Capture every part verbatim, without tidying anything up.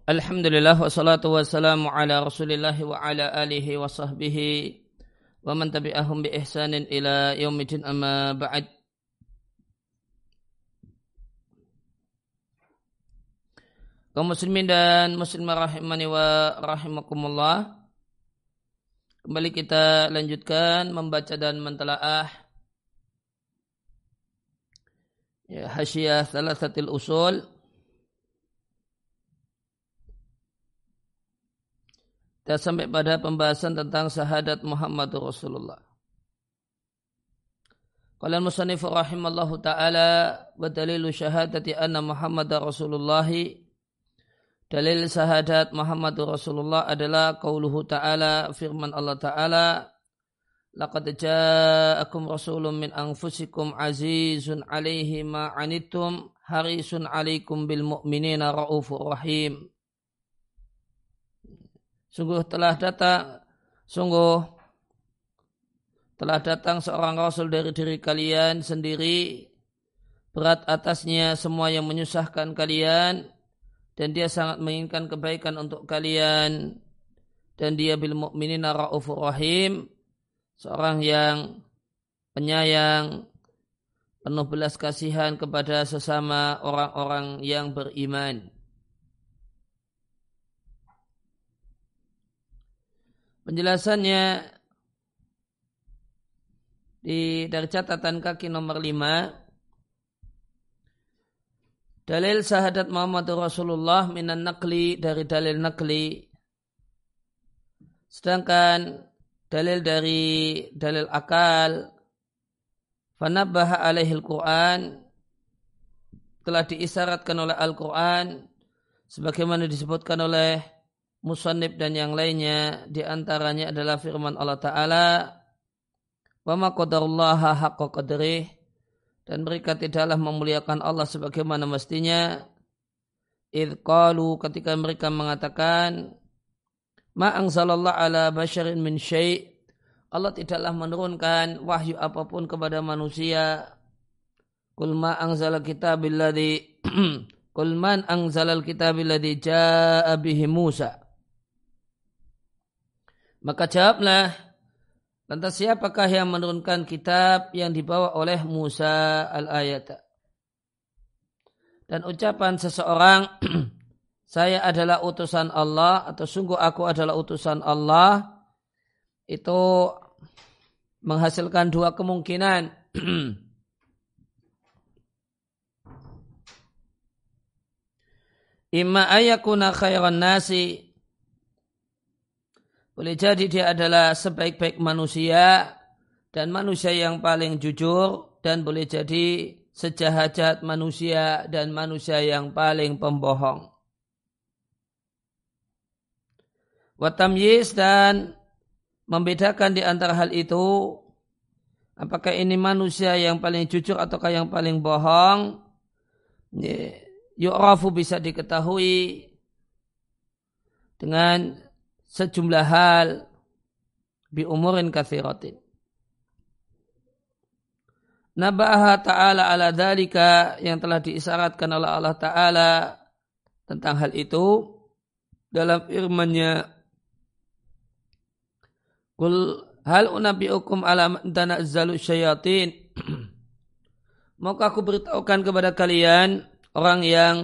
Alhamdulillah wassalatu wassalamu ala Rasulillah wa ala alihi wa sahbihi wa man tabi'ahum bi ihsanin ila yaumidin amma ba'd. Kaum muslimin dan muslimah rahimani wa rahimakumullah. Kembali kita lanjutkan membaca dan mentelaah ya, Hasyiyah Thalathatil Usul. Kita sampai pada pembahasan tentang syahadat Muhammadur Rasulullah. Qala al-musannif rahimallahu ta'ala wa dalilu syahadati anna Muhammadar Rasulullah. Dalil syahadat Muhammadur Rasulullah adalah qauluhu ta'ala, firman Allah ta'ala, laqad ja'akum rasulun min anfusikum azizun 'alaihi ma 'anittum harisun 'alaikum bil mu'minina raufur rahim. Sungguh telah datang, sungguh telah datang seorang Rasul dari diri kalian sendiri, berat atasnya semua yang menyusahkan kalian, dan dia sangat menginginkan kebaikan untuk kalian, dan dia bil mu'minina raufur rahim, seorang yang penyayang, penuh belas kasihan kepada sesama orang-orang yang beriman. Penjelasannya di dari catatan kaki nomor lima. Dalil syahadat Muhammadur Rasulullah minan naqli, dari dalil naqli. Sedangkan dalil dari dalil akal, fanabbaha alaihil Qur'an, telah diisyaratkan oleh Al-Quran sebagaimana disebutkan oleh musannif dan yang lainnya, di antaranya adalah firman Allah Ta'ala, wa ma qadarullaha haqqa qadrih, dan mereka tidaklah memuliakan Allah sebagaimana mestinya, idh qalu, ketika mereka mengatakan, ma anzalallahu ala basyarin min syai', Allah tidaklah menurunkan wahyu apapun kepada manusia. Qul ma anzala kitabilladzi qul man anzalal kitabilladzi jaa'a bihi Musa. Maka jawablah, lantas siapakah yang menurunkan kitab yang dibawa oleh Musa al-ayat? Dan ucapan seseorang, saya adalah utusan Allah, atau sungguh aku adalah utusan Allah, itu menghasilkan dua kemungkinan. Imma ayakuna khairan nasi, boleh jadi dia adalah sebaik-baik manusia dan manusia yang paling jujur, dan boleh jadi sejahat-jahat manusia dan manusia yang paling pembohong. Wa tamyiz, dan membedakan di antara hal itu, apakah ini manusia yang paling jujur ataukah yang paling bohong, yu'rafu, bisa diketahui dengan sejumlah hal, bi umurin katsiratin. Nabaha ta'ala ala dzalika, yang telah diisyaratkan oleh Allah Ta'ala tentang hal itu dalam firman-Nya, qul hal unabbiukum ala man tanazzalu syayatin, maukah aku beritahukan kepada kalian orang yang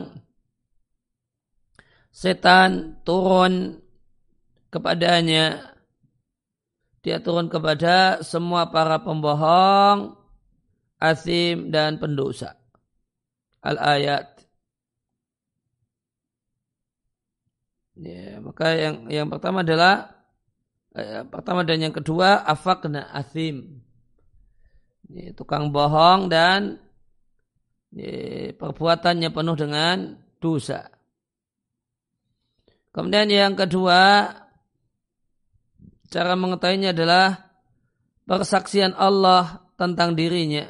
setan turun kepadanya, dia turun kepada semua para pembohong, asim dan pendosa. Al-ayat. Ya, maka yang yang pertama adalah eh, pertama dan yang kedua afakna asim, ya, tukang bohong dan ya, perbuatannya penuh dengan dosa. Kemudian yang kedua, cara mengetahuinya adalah persaksian Allah tentang dirinya.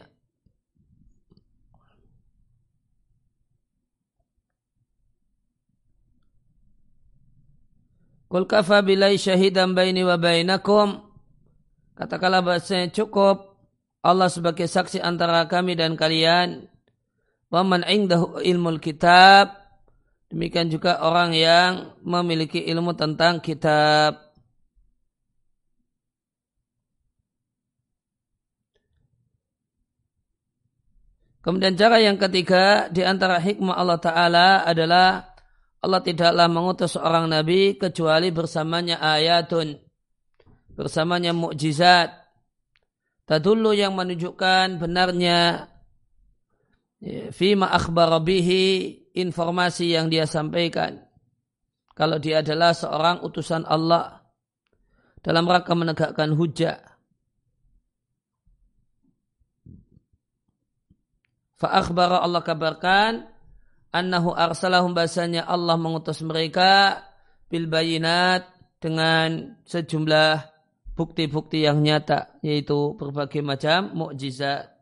Qul kafa billahi syahidan baini wa bainakum, katakanlah bahasanya cukup Allah sebagai saksi antara kami dan kalian. Wa man indahu ilmul kitab, Demikian juga orang yang memiliki ilmu tentang kitab. Kemudian cara yang ketiga di antara hikmah Allah Ta'ala adalah Allah tidaklah mengutus seorang nabi kecuali bersamanya ayatun, bersamanya mukjizat, tadullu yang menunjukkan benarnya fima akhbara bihi, informasi yang dia sampaikan. Kalau dia adalah seorang utusan Allah dalam rangka menegakkan hujjah. Fa akhbara, Allah kabarkan, annahu arsalahum, bahasanya Allah mengutus mereka bil bayinat, dengan sejumlah bukti-bukti yang nyata, yaitu berbagai macam mukjizat.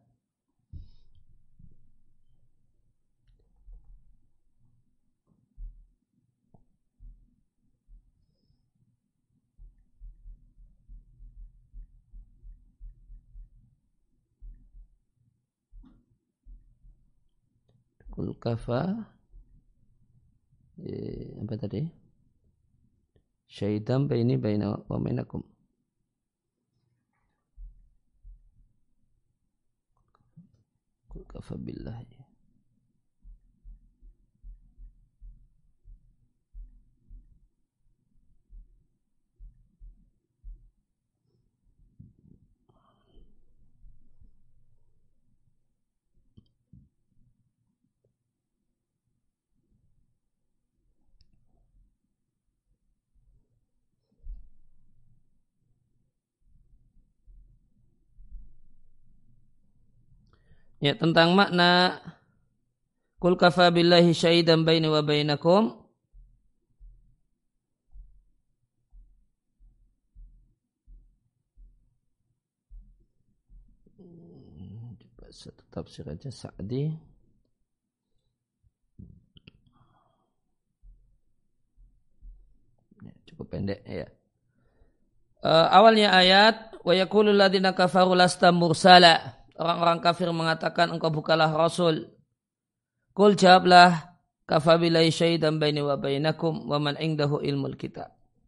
Kul kafa eh, apa tadi? Syaidan baini baina wa bainakum. Kul kafa billahi. Ya, tentang makna kul kafa billahi syahidan baini wa bainakum. Coba satu tafsir aja Sa'di. Ya, cukup pendek ya. Uh, awalnya ayat wa yaqulul ladzina kafaru lasta mursala. Orang-orang kafir mengatakan engkau bukanlah rasul. Qul, jawablah, kafa billahi syahidan baini wa bainakum wa man indahu ilmul kitab.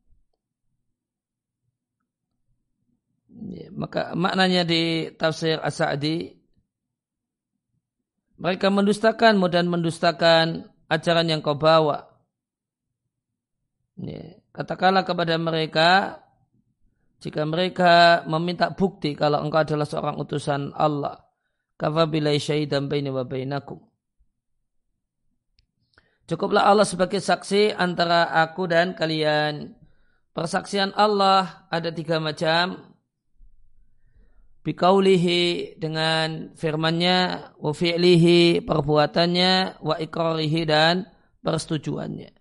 Ya, maka maknanya di tafsir As-Sa'di, mereka mendustakanmu dan mendustakan ajaran yang kau bawa. Ya, katakanlah kepada mereka, jika mereka meminta bukti kalau engkau adalah seorang utusan Allah, kafa billahi syahidan baini wa bainakum. Cukuplah Allah sebagai saksi antara aku dan kalian. Persaksian Allah ada tiga macam. Biqaulihi, dengan firman-Nya, wa fi'lihi, perbuatannya, wa iqrarihi, dan persetujuannya.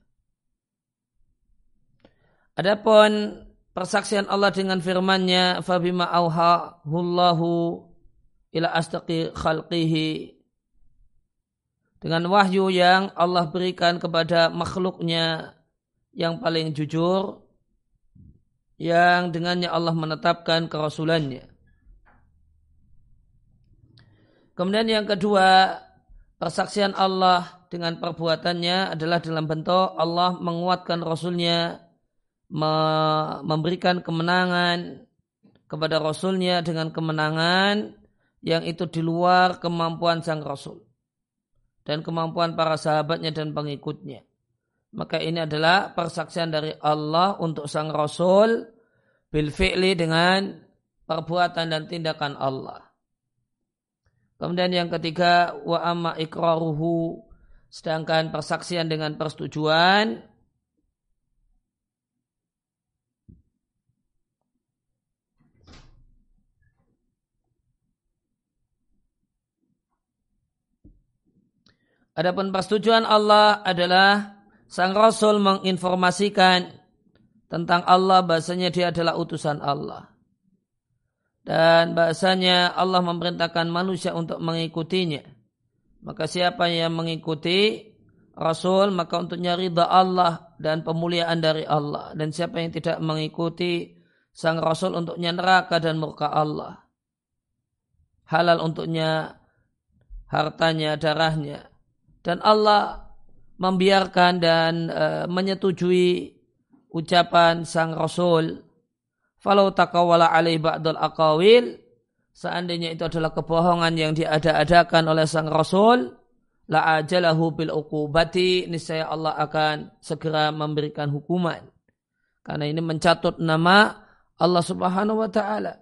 Adapun persaksian Allah dengan firman-Nya, fabima auhahullahu ila astaqi khalqihi, dengan wahyu yang Allah berikan kepada makhluknya yang paling jujur, yang dengannya Allah menetapkan kerasulannya. Kemudian yang kedua, persaksian Allah dengan perbuatannya adalah dalam bentuk Allah menguatkan Rasulnya, memberikan kemenangan kepada Rasulnya dengan kemenangan yang itu di luar kemampuan sang Rasul dan kemampuan para sahabatnya dan pengikutnya. Maka ini adalah persaksian dari Allah untuk sang Rasul bil fi'li, dengan perbuatan dan tindakan Allah. Kemudian yang ketiga, wa amma iqraruhu, sedangkan persaksian dengan persetujuan adapun persetujuan Allah adalah sang Rasul menginformasikan tentang Allah, bahasanya dia adalah utusan Allah. Dan bahasanya Allah memerintahkan manusia untuk mengikutinya. Maka siapa yang mengikuti Rasul, maka untuknya ridha Allah dan pemuliaan dari Allah. Dan siapa yang tidak mengikuti sang Rasul, untuknya neraka dan murka Allah. Halal untuknya hartanya, darahnya. Dan Allah membiarkan dan uh, menyetujui ucapan sang Rasul. Falau takawala alaih ba'dal aqawil, seandainya itu adalah kebohongan yang diada-adakan oleh sang Rasul, la ajalahu bil uqubati, niscaya Allah akan segera memberikan hukuman. Karena ini mencatut nama Allah Subhanahu wa taala.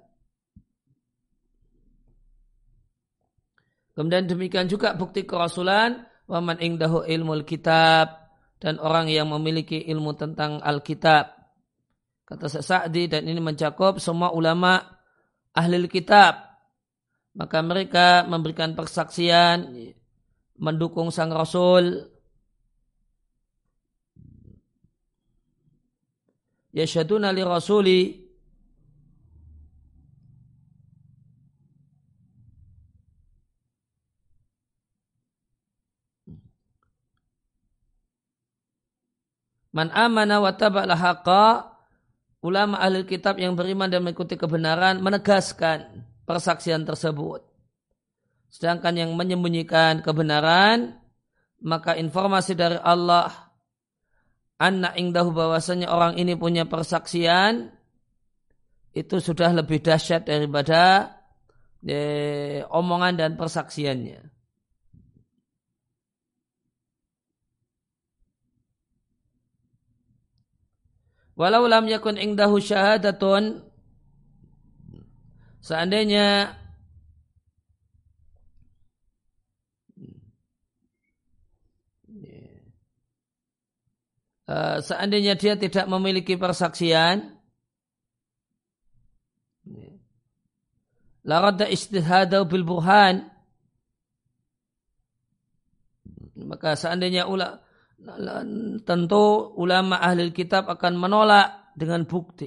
Kemudian demikian juga bukti kerasulan, wa man indahu ilmul kitab, dan orang yang memiliki ilmu tentang Alkitab. Kata Sa'di, dan ini mencakup semua ulama ahli kitab. Maka mereka memberikan persaksian, mendukung sang Rasul. Yasyaduna li rasuli, man amana wa taba'al haqqa, ulama ahli kitab yang beriman dan mengikuti kebenaran menegaskan persaksian tersebut. Sedangkan yang menyembunyikan kebenaran, maka informasi dari Allah anna ingdahu, bahwasanya orang ini punya persaksian, itu sudah lebih dahsyat daripada eh, omongan dan persaksiannya. Walau lam yakun ingdahu syahadatun, seandainya uh, seandainya dia tidak memiliki persaksian, la radda istihadau bil burhan, maka seandainya ula tentu ulama ahli kitab akan menolak dengan bukti.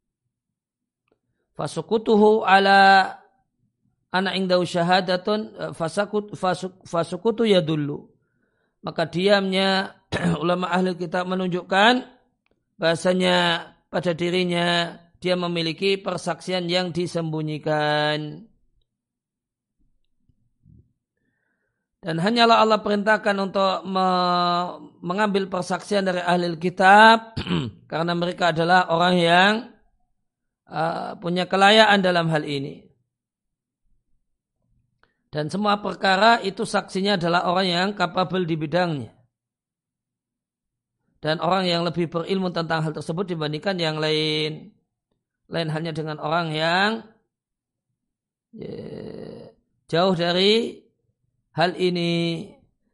Fasukutuhu ala ana indau syahadatun fasakut fasuk fasukutu yadullu. Maka diamnya ulama ahli kitab menunjukkan bahasanya pada dirinya dia memiliki persaksian yang disembunyikan. Dan hanyalah Allah perintahkan untuk me- mengambil persaksian dari ahli kitab karena mereka adalah orang yang uh, punya kelayaan dalam hal ini. Dan semua perkara itu saksinya adalah orang yang kapabel di bidangnya. Dan orang yang lebih berilmu tentang hal tersebut dibandingkan yang lain. Lain hanya dengan orang yang ya, jauh dari hal ini,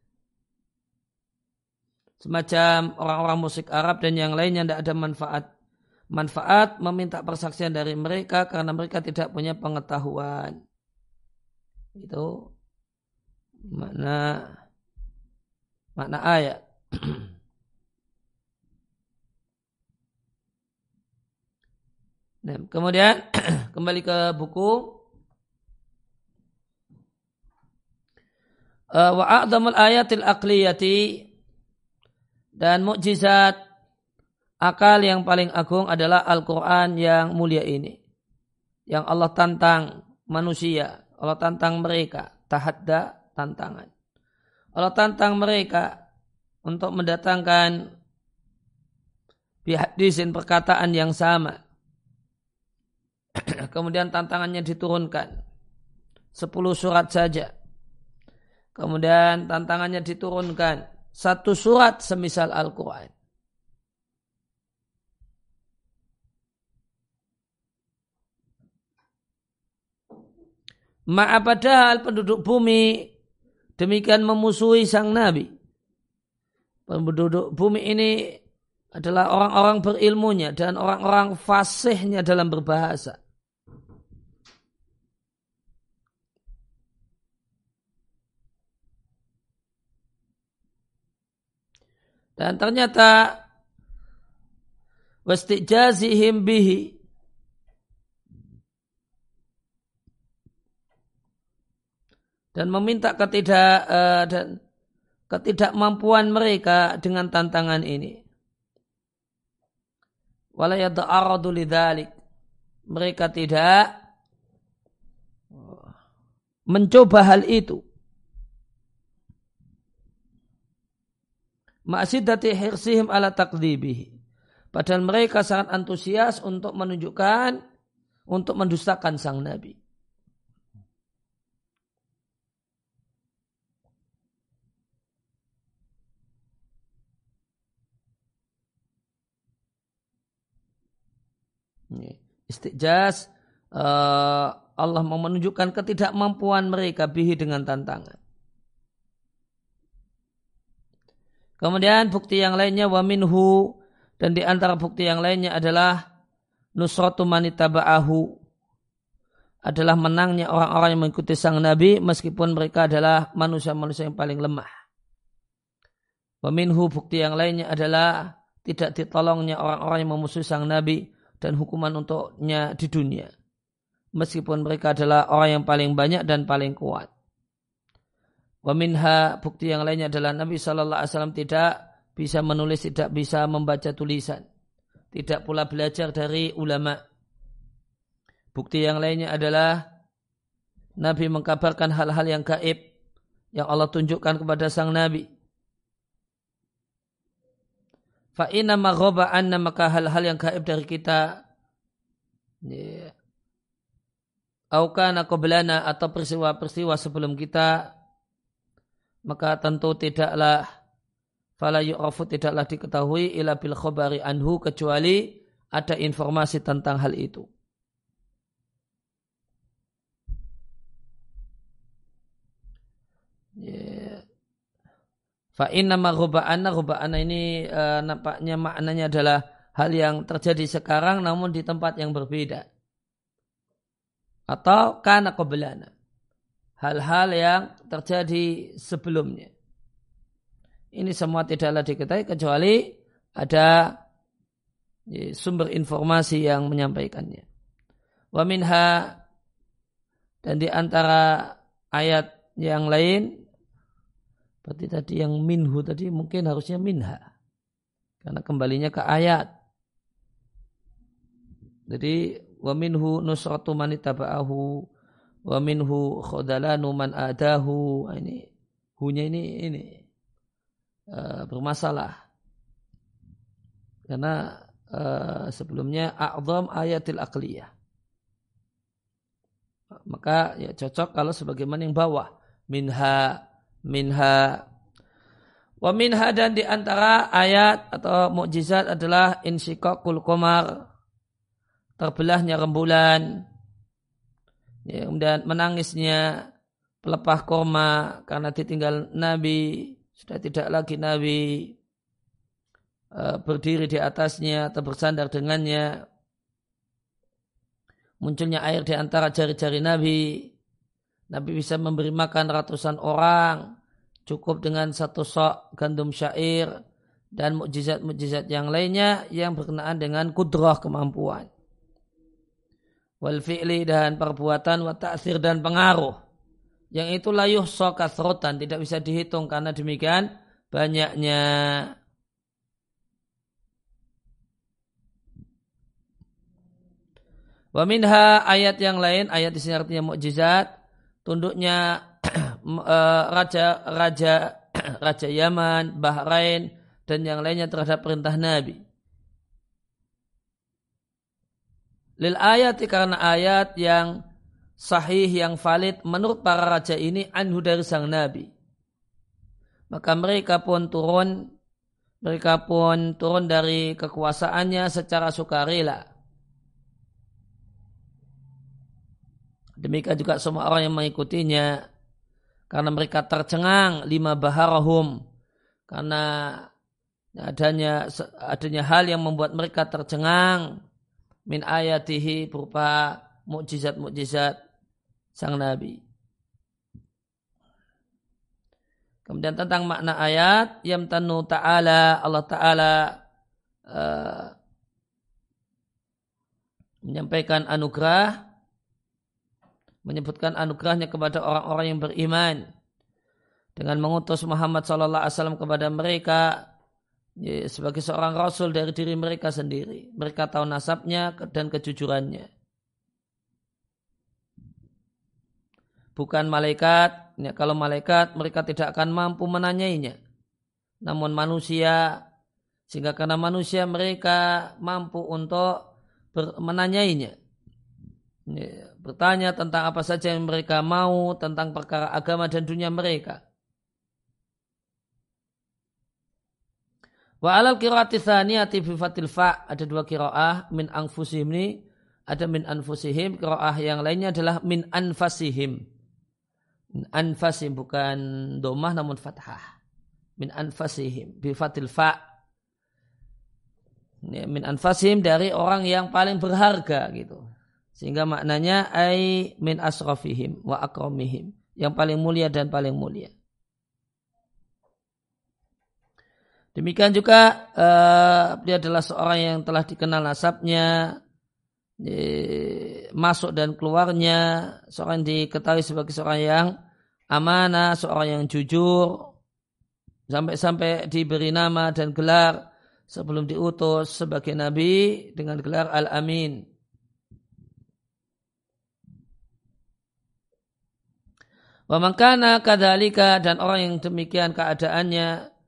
semacam orang-orang musik Arab dan yang lainnya tidak ada manfaat. Manfaat meminta persaksian dari mereka karena mereka tidak punya pengetahuan. Itu makna makna ayat. Nah, kemudian kembali ke buku. Wa a'dhamul ayatil aqliyati, dan mukjizat akal yang paling agung adalah Al-Quran yang mulia ini, yang Allah tantang manusia, Allah tantang mereka, tahadda, tantangan. Allah tantang mereka untuk mendatangkan bihadisin, perkataan yang sama. Kemudian tantangannya diturunkan sepuluh surat saja. Kemudian tantangannya diturunkan satu surat semisal Al-Quran. Ma'a padahal penduduk bumi demikian memusuhi sang Nabi. Penduduk bumi ini adalah orang-orang berilmunya dan orang-orang fasihnya dalam berbahasa. Dan ternyata wastijazihim bihi, dan meminta ketidak uh, dan ketidakmampuan mereka dengan tantangan ini. Wala yata'arradu lidzalik, mereka tidak mencoba hal itu. Ma'asidati hirsihim ala takdzibihi. Padahal mereka sangat antusias untuk menunjukkan, untuk mendustakan sang Nabi. Istijaz, uh, Allah mau menunjukkan ketidakmampuan mereka bihi dengan tantangan. Kemudian bukti yang lainnya wa minhu, dan di antara bukti yang lainnya adalah nusratu manitaba'ahu, adalah menangnya orang-orang yang mengikuti sang Nabi meskipun mereka adalah manusia-manusia yang paling lemah. Wa minhu, bukti yang lainnya adalah tidak ditolongnya orang-orang yang memusuhi sang Nabi dan hukuman untuknya di dunia, meskipun mereka adalah orang yang paling banyak dan paling kuat. Wa minha, bukti yang lainnya adalah Nabi shallallahu alaihi wasallam tidak bisa menulis, tidak bisa membaca tulisan, tidak pula belajar dari ulama. Bukti yang lainnya adalah Nabi mengkabarkan hal-hal yang gaib yang Allah tunjukkan kepada sang Nabi. Fa inna ma ghaba anna, maka hal-hal yang gaib dari kita, ya, au kana qablana, atau peristiwa-peristiwa sebelum kita, maka tentu tidaklah fala yu'rafu, tidaklah diketahui ila bil khabari anhu, kecuali ada informasi tentang hal itu. Ya. Fa inna ma ghuba'ana, ghuba'ana ini e, nampaknya maknanya adalah hal yang terjadi sekarang namun di tempat yang berbeda. Atau kana qablana, hal-hal yang terjadi sebelumnya. Ini semua tidaklah diketahui kecuali ada ya, sumber informasi yang menyampaikannya. Wa minha, dan di antara ayat yang lain, berarti tadi yang minhu tadi mungkin harusnya minha, karena kembalinya ke ayat. Jadi wa minhu nusratu man ittaba'ahu wa minhu khadalanu man adahu. Ini hunya ini ini uh, bermasalah karena uh, sebelumnya a'zam ayatil aqliyah. Maka ya cocok kalau sebagaimana yang bawah, minha minha wa minha, dan di antara ayat atau mukjizat adalah insyiqaqul qamar, terbelahnya rembulan, ya, kemudian menangisnya pelepah kurma karena ditinggal Nabi, sudah tidak lagi Nabi uh, berdiri di atasnya atau bersandar dengannya, munculnya air di antara jari-jari Nabi, Nabi bisa memberi makan ratusan orang cukup dengan satu sok gandum syair, dan mukjizat-mukjizat yang lainnya yang berkenaan dengan kudrah, kemampuan, wal fi'li, dan perbuatan, wa ta'thir, dan pengaruh, yang itu la yuhsa kathrotan, tidak bisa dihitung karena demikian banyaknya. Wa minha, ayat yang lain, ayat di sini artinya mukjizat, tunduknya raja raja raja Yaman, Bahrain, dan yang lainnya terhadap perintah Nabi. Lil ayat, karena ayat yang sahih, yang valid menurut para raja ini, anhu, dari sang Nabi. Maka mereka pun turun, mereka pun turun dari kekuasaannya secara sukarela. Demikian juga semua orang yang mengikutinya, karena mereka tercengang lima baharahum, karena adanya adanya hal yang membuat mereka tercengang, min ayatihi, berupa mukjizat-mukjizat sang Nabi. Kemudian tentang makna ayat, yamtanu ta'ala, Allah Ta'ala uh, menyampaikan anugerah, menyebutkan anugerahnya kepada orang-orang yang beriman dengan mengutus Muhammad shallallahu alaihi wasallam kepada mereka ya, sebagai seorang rasul dari diri mereka sendiri. Mereka tahu nasabnya dan kejujurannya. Bukan malaikat. Ya, kalau malaikat mereka tidak akan mampu menanyainya. namun manusia, sehingga karena manusia mereka mampu untuk ber- menanyainya. Ya, bertanya tentang apa saja yang mereka mau, tentang perkara agama dan dunia mereka. Wa alal qiraati tsaniyati bi fatil fa, ada dua qiraah min anfusihim ini, ada min anfusihim, qiraah yang lainnya adalah min anfasihim. Min anfasihim bukan dhammah namun fathah. Min anfasihim bi fatil fa. Ya, min anfasihim dari orang yang paling berharga gitu. Sehingga maknanya ai min asrafihim wa akramihim, yang paling mulia dan paling mulia. Demikian juga uh, dia adalah seorang yang telah dikenal nasabnya, eh, masuk dan keluarnya, seorang yang diketahui sebagai seorang yang amanah, seorang yang jujur, sampai-sampai diberi nama dan gelar sebelum diutus sebagai nabi dengan gelar Al-Amin. Wa man kana kadzalika, dan orang yang demikian keadaannya,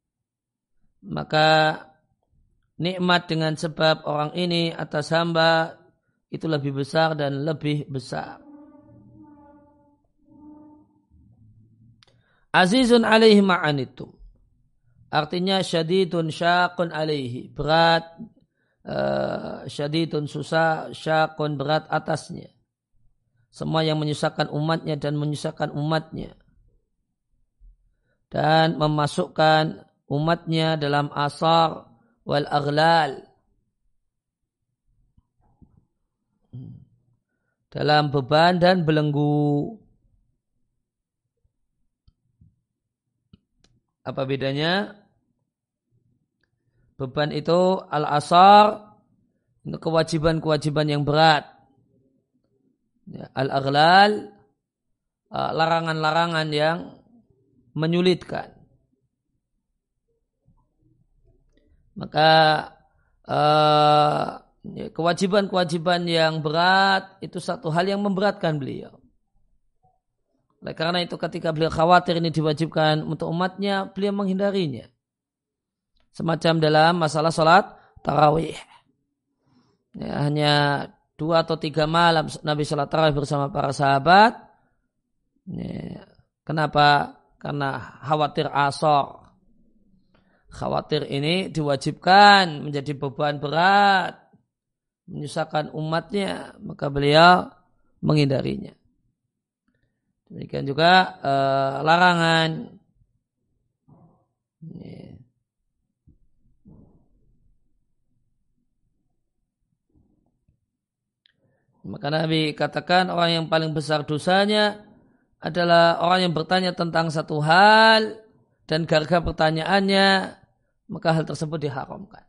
maka nikmat dengan sebab orang ini atas hamba itu lebih besar dan lebih besar. Azizun alaihi ma'anitum, artinya syadidun syaqun alaihi, berat, uh, syadidun susah, syaqun berat atasnya. Semua yang menyusahkan umatnya dan menyusahkan umatnya, dan memasukkan umatnya dalam asar wal aghlal, dalam beban dan belenggu. Apa bedanya? Beban itu al-asar, itu kewajiban-kewajiban yang berat. Al-aghlal, larangan-larangan yang menyulitkan. Maka uh, kewajiban-kewajiban yang berat itu satu hal yang memberatkan beliau. Oleh karena itu ketika beliau khawatir ini diwajibkan untuk umatnya, beliau menghindarinya. Semacam dalam masalah sholat tarawih. Ya, hanya dua atau tiga malam Nabi sholat tarawih bersama para sahabat. Ya, kenapa? Karena khawatir asar. Khawatir ini diwajibkan menjadi beban berat, menyusahkan umatnya, maka beliau menghindarinya. Demikian juga eh, larangan. Ini. Maka Nabi katakan orang yang paling besar dosanya adalah orang yang bertanya tentang satu hal dan gara-gara pertanyaannya maka hal tersebut diharamkan.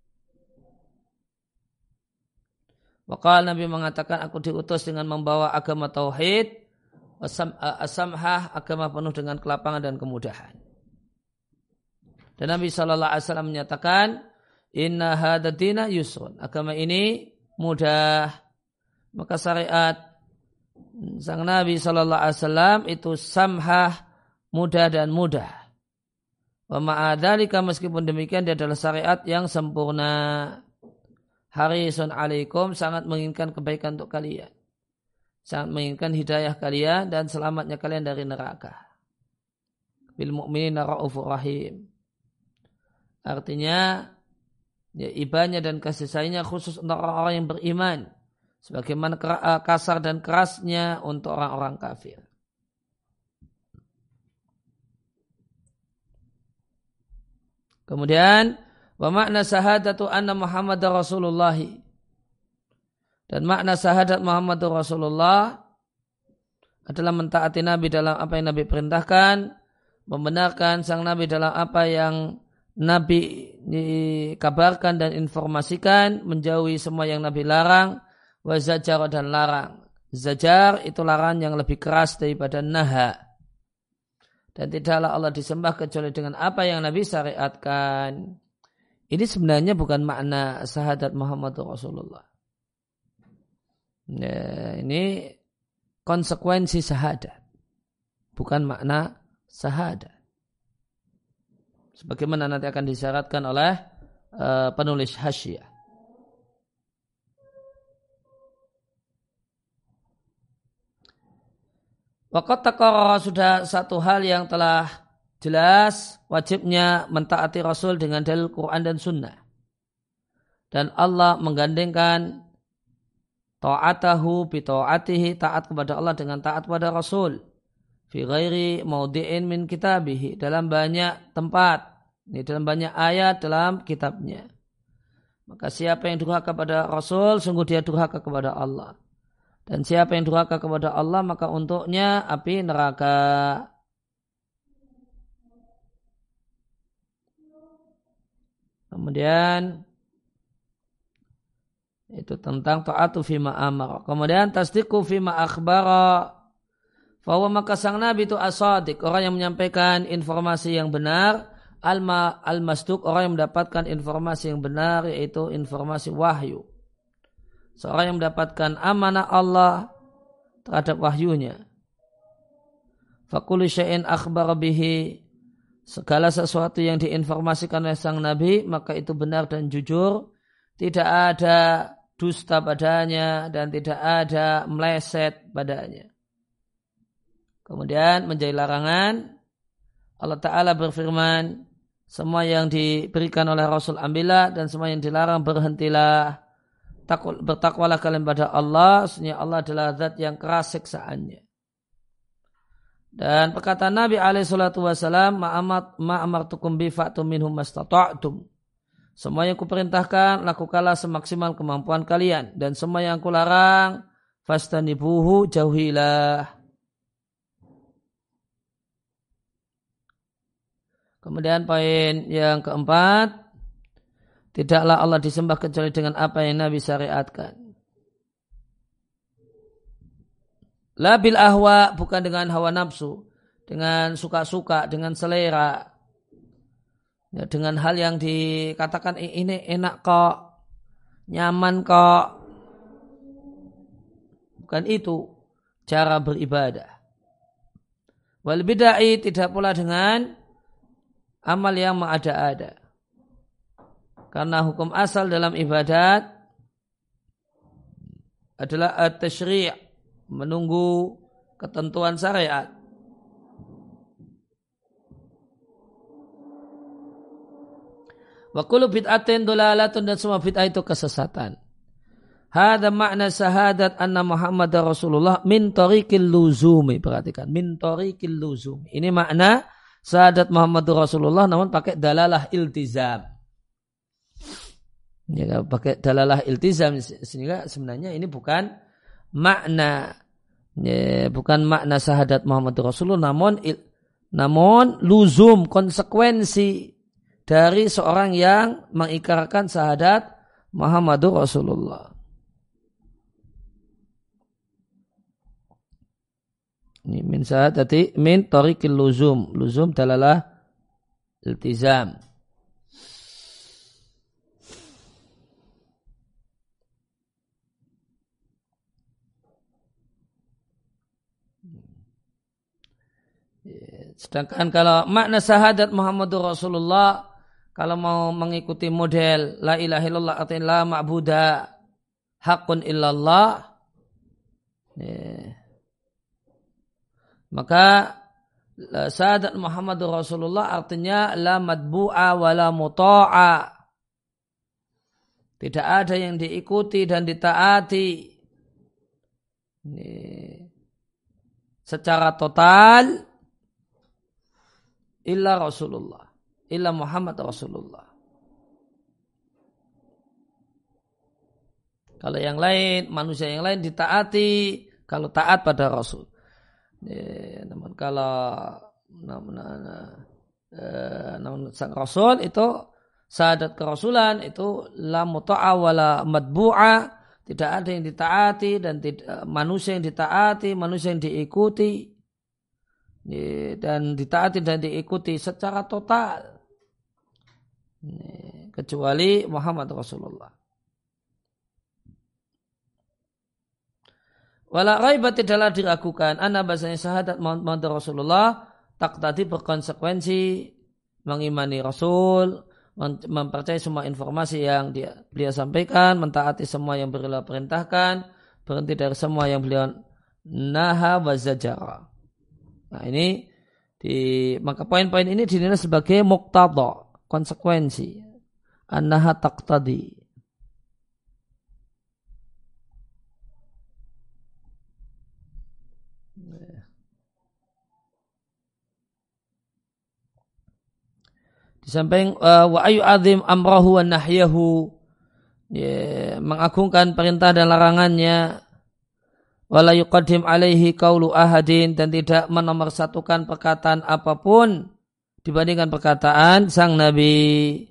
Maka Nabi mengatakan, aku diutus dengan membawa agama tauhid, as-samhah, agama penuh dengan kelapangan dan kemudahan. Dan Nabi shallallahu alaihi wasallam menyatakan, inna hadza dina yusrun, agama ini mudah. Maka syariat sang Nabi shallallahu alaihi wasallam itu samhah, mudah dan mudah. Wa ma'adzalika, meskipun demikian dia adalah syariat yang sempurna. Harisun alaikum, sangat menginginkan kebaikan untuk kalian, sangat menginginkan hidayah kalian dan selamatnya kalian dari neraka. Bil mu'minina ra'ufur rahim, artinya ya, ibanya dan kasih sayangnya khusus untuk orang-orang yang beriman, sebagaimana kasar dan kerasnya untuk orang-orang kafir. Kemudian wa makna syahadatu anna Muhammadar Rasulullah, dan makna syahadat Muhammadur Rasulullah adalah mentaati Nabi dalam apa yang Nabi perintahkan, membenarkan sang Nabi dalam apa yang Nabi kabarkan dan informasikan, menjauhi semua yang Nabi larang, wa zajar dan larang. Zajar itu larangan yang lebih keras daripada naha. Dan tidaklah Allah disembah kecuali dengan apa yang Nabi syariatkan. Ini sebenarnya bukan makna syahadat Muhammadur Rasulullah. Nah, ini konsekuensi syahadat, bukan makna syahadat. sebagaimana nanti akan disyaratkan oleh uh, penulis hasyiah. Waqad taqarrara, sudah satu hal yang telah jelas wajibnya mentaati Rasul dengan dalil Quran dan Sunnah. Dan Allah menggandengkan ta'atahu bi ta'atihi, taat kepada Allah dengan taat kepada Rasul. Fi ghairi maudi'in min kitabihi, dalam banyak tempat, ini dalam banyak ayat dalam kitabnya. Maka siapa yang durhaka kepada Rasul, sungguh dia durhaka kepada Allah. Dan siapa yang durhaka kepada Allah, maka untuknya api neraka. Kemudian itu tentang ta'atu fima amara. Kemudian tasdiqu fima akhbara. Bahwa maka sang Nabi itu as-sadiq, orang yang menyampaikan informasi yang benar. Alma al-masduq, orang yang mendapatkan informasi yang benar, yaitu informasi wahyu. Seorang yang mendapatkan amanah Allah terhadap wahyunya. Fakulu syai'in akhbar bihi, segala sesuatu yang diinformasikan oleh sang Nabi, maka itu benar dan jujur. Tidak ada dusta padanya dan tidak ada meleset padanya. Kemudian menjadi larangan, Allah Ta'ala berfirman, semua yang diberikan oleh Rasul ambillah, dan semua yang dilarang berhentilah. Bertakwalah kalian pada Allah, sesungguhnya Allah adalah zat yang keras siksaannya. Dan perkataan Nabi alaihi salatu wasalam, ma'amartukum bi fa'tum minhum mastata'tum. Semua yang kuperintahkan, lakukanlah semaksimal kemampuan kalian. Dan semua yang kularang, fastanibuhu, jauhilah. Kemudian poin yang keempat, tidaklah Allah disembah kecuali dengan apa yang Nabi syariatkan. La bil ahwa, bukan dengan hawa nafsu, dengan suka-suka, dengan selera. Ya, dengan hal yang dikatakan ini enak kok, nyaman kok. Bukan itu cara beribadah. Wal bid'ah, tidak pula dengan amal yang mengada-ada. Karena hukum asal dalam ibadat adalah at-tasyri', menunggu ketentuan syariat. Wa kullu bid'atin dolalatun, dan semua bid'ah itu kesesatan. Hada makna syahadat anna Muhammad Rasulullah min tariqil luzumi. Perhatikan, min tariqil luzumi. Ini makna syahadat Muhammad Rasulullah namun pakai dalalah iltizam. Ya, pakai dalalah iltizam, sehingga sebenarnya ini bukan makna, ya, bukan makna syahadat Muhammad Rasulullah, namun namun luzum, konsekuensi dari seorang yang mengikrarkan syahadat Muhammadur Rasulullah. Ini min syahadati min tariqil luzum. Luzum dalalah iltizam. Sedangkan kalau makna syahadat Muhammadur Rasulullah, kalau mau mengikuti model la ilaha illallah artinya la ma'buda haqqun illallah, ya, maka syahadat Muhammadur Rasulullah artinya la matbu'a wa la muta'a, tidak ada yang diikuti dan ditaati ini secara total illa Rasulullah, illa Muhammad Rasulullah. Kalau yang lain, manusia yang lain ditaati kalau taat pada Rasul. Ya, namun kalau namun, eh, namun sang Rasul itu syahadat kerasulan itu la muta'a wa la matbu'a, tidak ada yang ditaati dan tidak, manusia yang ditaati, manusia yang diikuti. Dan ditaati dan diikuti secara total kecuali Muhammad Rasulullah. Wala raiba, tidaklah diragukan anna bahasanya syahadat Muhammad Rasulullah tak tadi berkonsekuensi mengimani Rasul, mempercayai semua informasi yang dia beliau sampaikan, mentaati semua yang beliau perintahkan, berhenti dari semua yang beliau naha wa zajara. Nah ini di maka poin-poin ini dinilai sebagai muqtada, konsekuensi. Annaha taqtadi. Di samping uh, wa ayu azim amrahu wa nahyahu, ya, mengagungkan perintah dan larangannya, wala yuqaddim alaihi qaulu ahadin, dan tidak menomorsatukan perkataan apapun dibandingkan perkataan sang Nabi.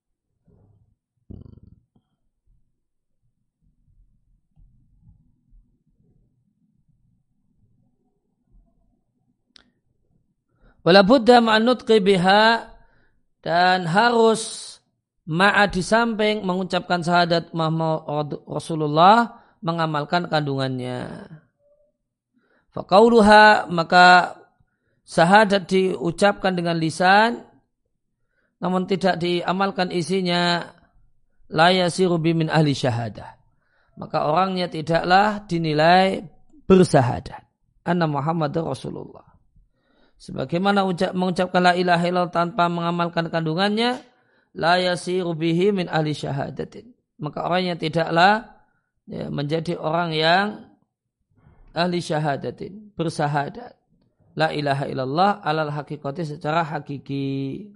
Wala budda ma'an nutqi biha, dan harus ma'a di samping mengucapkan syahadat Muhammad Rasulullah, mengamalkan kandungannya. Faqauluha, maka syahadat diucapkan dengan lisan namun tidak diamalkan isinya, la yasiru bimin ahli syahadah, maka orangnya tidaklah dinilai bersahadat anna Muhammadar Rasulullah. Sebagaimana ucap, mengucapkan la ilaha illallah tanpa mengamalkan kandungannya, la yasiru bihi min ahli syahadatin, maka orangnya tidaklah ya, menjadi orang yang ahli syahadatin, bersahadat la ilaha illallah alal hakikati, secara hakiki.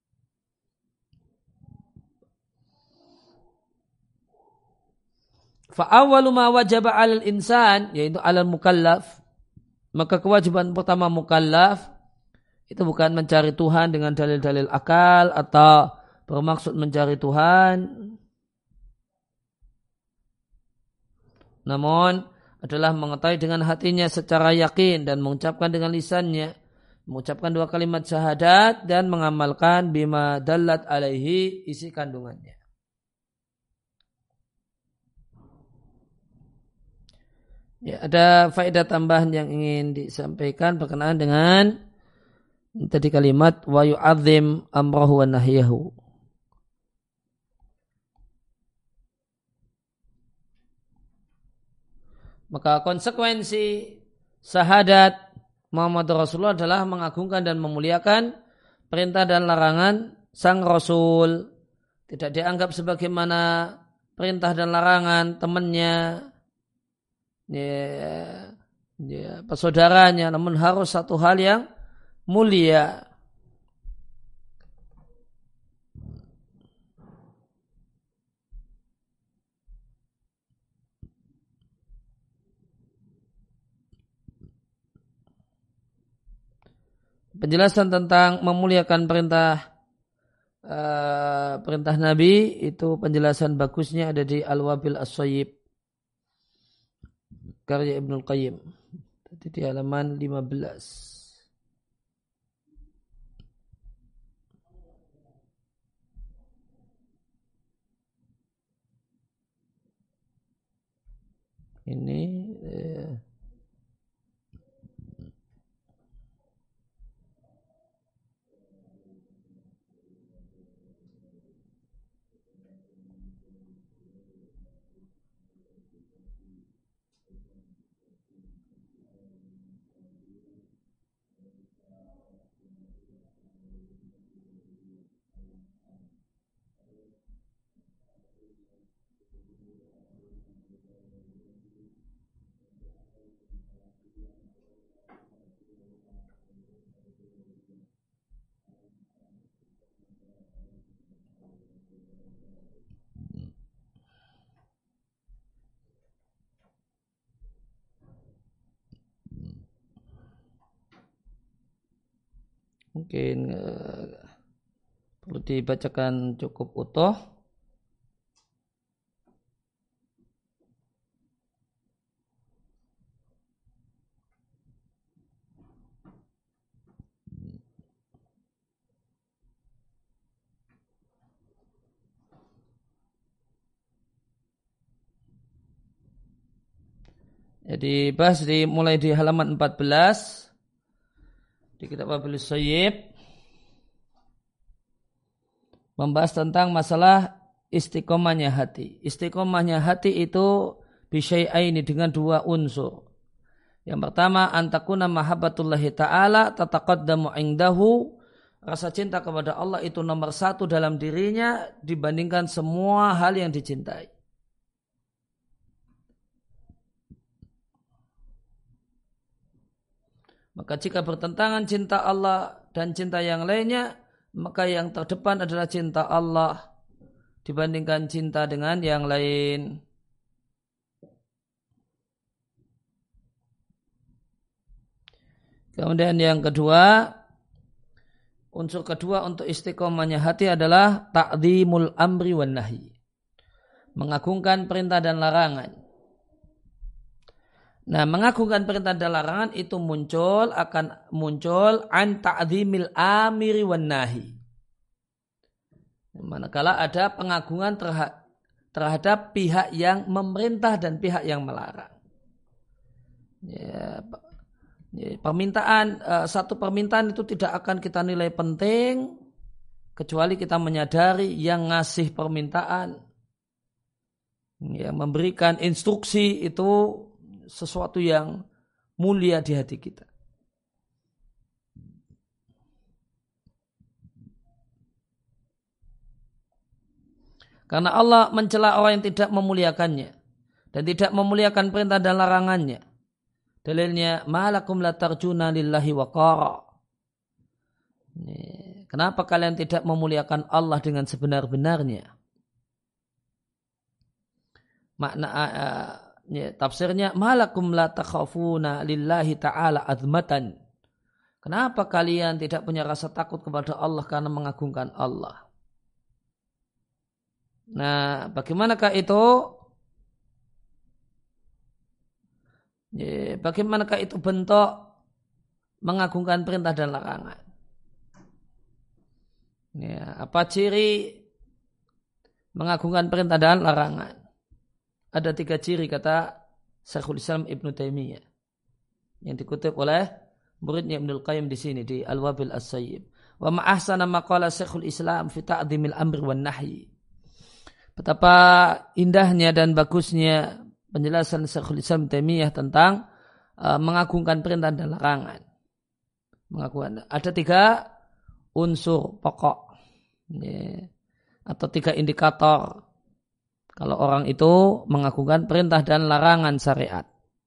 Fa awwalu ma wajaba 'alal insan, yaitu 'alal mukallaf, maka kewajiban pertama mukallaf itu bukan mencari Tuhan dengan dalil-dalil akal atau bermaksud mencari Tuhan, namun adalah mengetahui dengan hatinya secara yakin dan mengucapkan dengan lisannya, mengucapkan dua kalimat syahadat dan mengamalkan bima dallat alaihi, isi kandungannya. Ya, ada faedah tambahan yang ingin disampaikan berkenaan dengan tadi kalimat wa yu'azzim amrahu wa nahyahu. Maka konsekuensi syahadat Muhammad Rasulullah adalah mengagungkan dan memuliakan perintah dan larangan sang Rasul. Tidak dianggap sebagaimana perintah dan larangan temannya, ya, ya, persaudaranya, namun harus satu hal yang mulia. Penjelasan tentang memuliakan perintah uh, perintah Nabi itu penjelasan bagusnya ada di Al-Wabil As-Sayyib karya Ibnul Qayyim, di halaman lima belas. Ini eh, mungkin uh, perlu dibacakan cukup utuh. Jadi bahas di mulai di halaman empat belas di kitab Wabil Sayyib. membahas tentang masalah istiqomahnya hati. Istiqomahnya hati itu bisyai'aini, dengan dua unsur. Yang pertama, antakuna mahabbatullahi ta'ala tataqaddamu indahu, rasa cinta kepada Allah itu nomor satu dalam dirinya dibandingkan semua hal yang dicintai. Maka jika bertentangan cinta Allah dan cinta yang lainnya, maka yang terdepan adalah cinta Allah dibandingkan cinta dengan yang lain. Kemudian yang kedua, unsur kedua untuk istiqomahnya hati adalah ta'zimul amri wan nahi, mengagungkan perintah dan larangan. Nah, mengagungkan perintah dan larangan itu muncul akan muncul an ta'zimil amiri wan nahi. Manakala ada pengagungan terhadap pihak yang memerintah dan pihak yang melarang. Ya, permintaan satu permintaan itu tidak akan kita nilai penting kecuali kita menyadari yang ngasih permintaan, yang memberikan instruksi itu sesuatu yang mulia di hati kita. Karena Allah mencela orang yang tidak memuliakannya dan tidak memuliakan perintah dan larangannya. Dalilnya, malakum la tarjuna lillahi waqara. Kenapa kalian tidak memuliakan Allah dengan sebenar-benarnya? Makna uh, ya, tafsirnya, malakum la takhafuna lillahi ta'ala azmatan. Kenapa kalian tidak punya rasa takut kepada Allah karena mengagungkan Allah? Nah, bagaimanakah itu? Ya, bagaimanakah itu bentuk mengagungkan perintah dan larangan? Ya, apa ciri mengagungkan perintah dan larangan? Ada tiga ciri kata Syekhul Islam Ibnu Taimiyah yang dikutip oleh muridnya Ibnul Qayyim di sini di Al-Wabil As-Sayyib. Wa ma ahsana ma qala Syekhul Islam fi ta'dhimil amri wan nahyi. Betapa indahnya dan bagusnya penjelasan Syekhul Islam Taimiyah tentang uh, mengagungkan perintah dan larangan. Mengagungkan. Ada tiga unsur pokok ya, atau tiga indikator kalau orang itu mengagungkan perintah dan larangan syariat.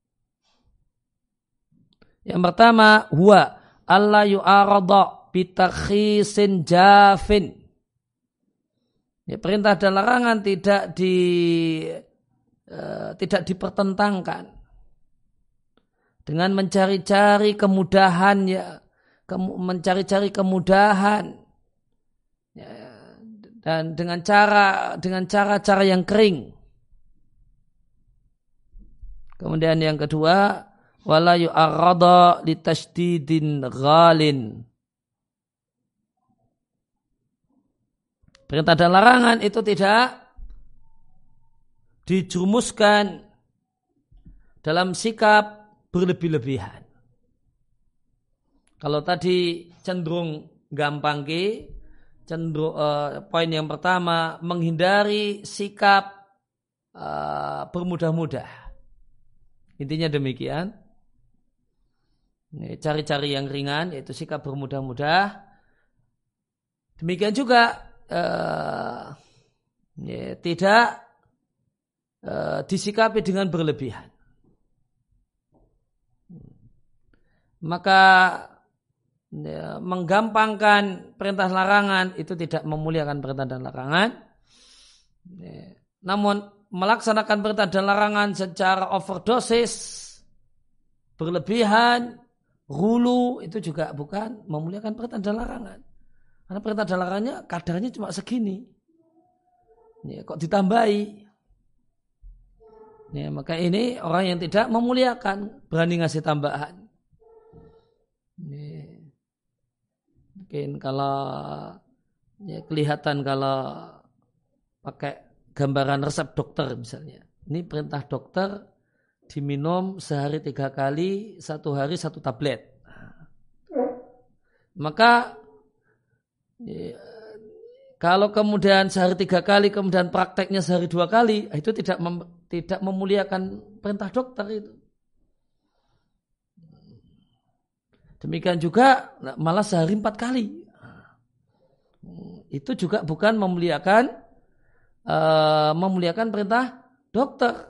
Yang pertama, huwa alla yu'arada bitakhisin jafin. Ya, perintah dan larangan tidak di uh, tidak dipertentangkan dengan mencari-cari kemudahan, ya, ke, mencari-cari kemudahan, ya, dan dengan cara dengan cara-cara yang kering. Kemudian yang kedua, wala yu'arrada litasydidin ghalin. Perintah dan larangan itu tidak dijurumuskan dalam sikap berlebih-lebihan. Kalau tadi cenderung gampang ke, cenderung uh, poin yang pertama menghindari sikap uh, bermudah-mudah. Intinya demikian. Cari-cari yang ringan, yaitu sikap bermudah-mudah. Demikian juga Uh, ya, tidak uh, disikapi dengan berlebihan. Maka ya, menggampangkan perintah larangan itu tidak memuliakan perintah dan larangan. Ya, namun melaksanakan perintah dan larangan secara overdosis, berlebihan, hulu, itu juga bukan memuliakan perintah dan larangan. Karena perintah dan larangannya kadarnya cuma segini. Ya, kok ditambahi? Ya, maka ini orang yang tidak memuliakan, berani ngasih tambahan. Ya, mungkin kalau ya, kelihatan kalau pakai gambaran resep dokter misalnya. Ini perintah dokter diminum sehari tiga kali, satu hari satu tablet. Maka Kalau kemudian sehari tiga kali, kemudian prakteknya sehari dua kali, itu tidak mem, tidak memuliakan perintah dokter itu. Demikian juga malah sehari empat kali. Itu juga bukan memuliakan uh, memuliakan perintah dokter.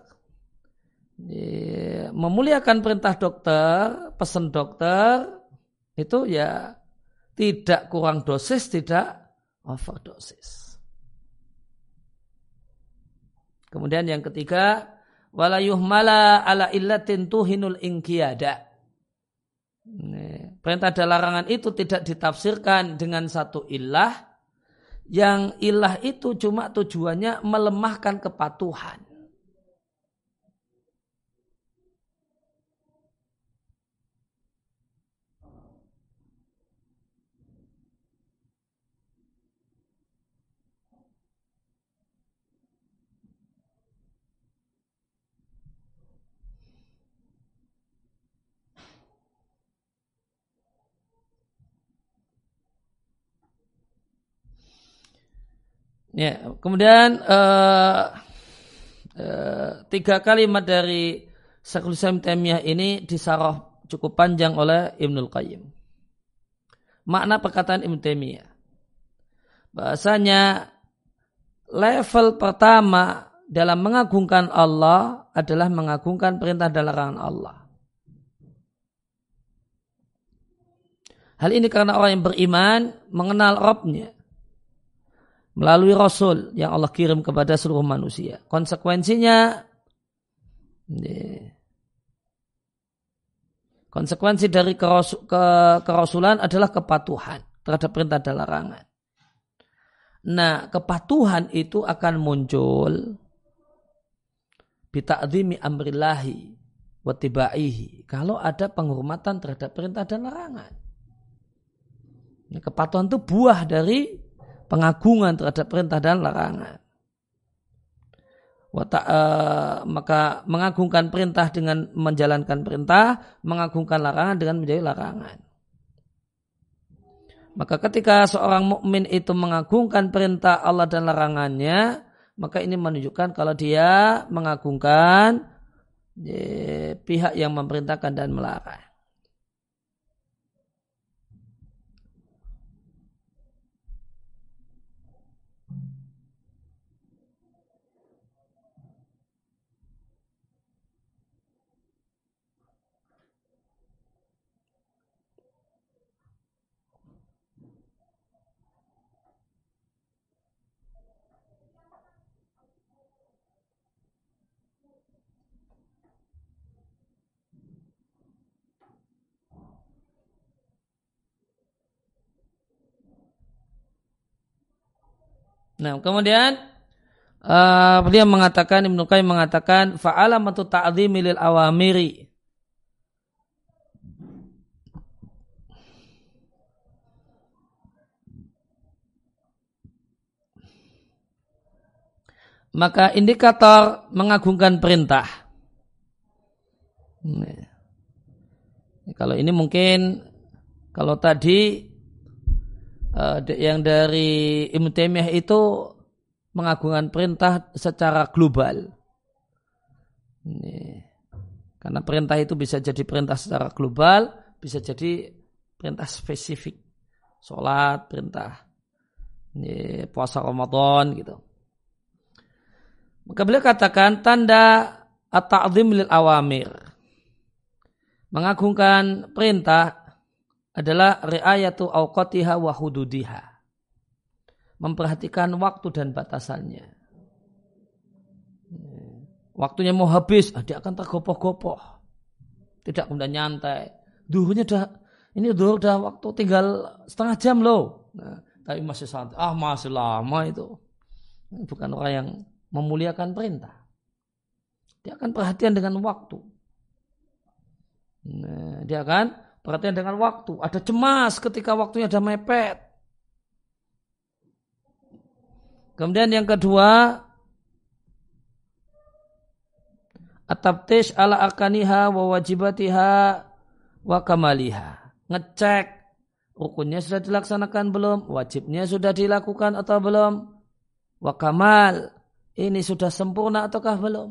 Memuliakan perintah dokter, pesan dokter, itu ya tidak kurang dosis, tidak overdosis. Kemudian yang ketiga, wala yuhmala ala illatin tuhinul inqiyada. Perintah dan larangan itu tidak ditafsirkan dengan satu ilah, yang ilah itu cuma tujuannya melemahkan kepatuhan. Ya, kemudian uh, uh, tiga kalimat dari Syekhul Islam Taimiyah ini disarah cukup panjang oleh Ibnul Qayyim. Makna perkataan Ibnu Taimiyah, bahasanya level pertama dalam mengagungkan Allah adalah mengagungkan perintah dan larangan Allah. Hal ini karena orang yang beriman mengenal Rabb-Nya melalui Rasul yang Allah kirim kepada seluruh manusia. Konsekuensinya, konsekuensi dari kerasulan adalah kepatuhan terhadap perintah dan larangan. Nah, kepatuhan itu akan muncul bita'zimi amrillahi wa tibaihi, kalau ada penghormatan terhadap perintah dan larangan. Kepatuhan itu buah dari pengagungan terhadap perintah dan larangan. Wata, uh, maka mengagungkan perintah dengan menjalankan perintah, mengagungkan larangan dengan menjadi larangan. Maka ketika seorang mukmin itu mengagungkan perintah Allah dan larangannya, maka ini menunjukkan kalau dia mengagungkan eh, pihak yang memerintahkan dan melarang. Nah, kemudian uh, beliau mengatakan, Ibnu Qayyim mengatakan, fa'alamatu ta'zimi lil awamiri. Maka indikator mengagungkan perintah. Nah, kalau ini mungkin, kalau tadi Uh, yang dari Ibnu Taimiyah itu mengagungkan perintah secara global. Ini. Karena perintah itu bisa jadi perintah secara global, bisa jadi perintah spesifik. Sholat, perintah ini, puasa Ramadan gitu. Maka beliau katakan tanda at-ta'zim lil awamir. Mengagungkan perintah adalah ri'ayatu awqatiha wa hududiha. Memperhatikan waktu dan batasannya. Waktunya mau habis, dia akan tergopoh-gopoh. Tidak kemudian nyantai. Duhurnya dah, ini duhur dah waktu tinggal setengah jam loh. Nah, tapi masih santai. Ah, masih lama itu. Bukan orang yang memuliakan perintah. Dia akan perhatian dengan waktu. Nah, dia akan perhatian dengan waktu. Ada cemas ketika waktunya ada mepet. Kemudian yang kedua, at-tabtish ala arkaniha wa wajibatiha wa kamaliha. Ngecek rukunnya sudah dilaksanakan belum? Wajibnya sudah dilakukan atau belum? Wa kamal, ini sudah sempurna ataukah belum?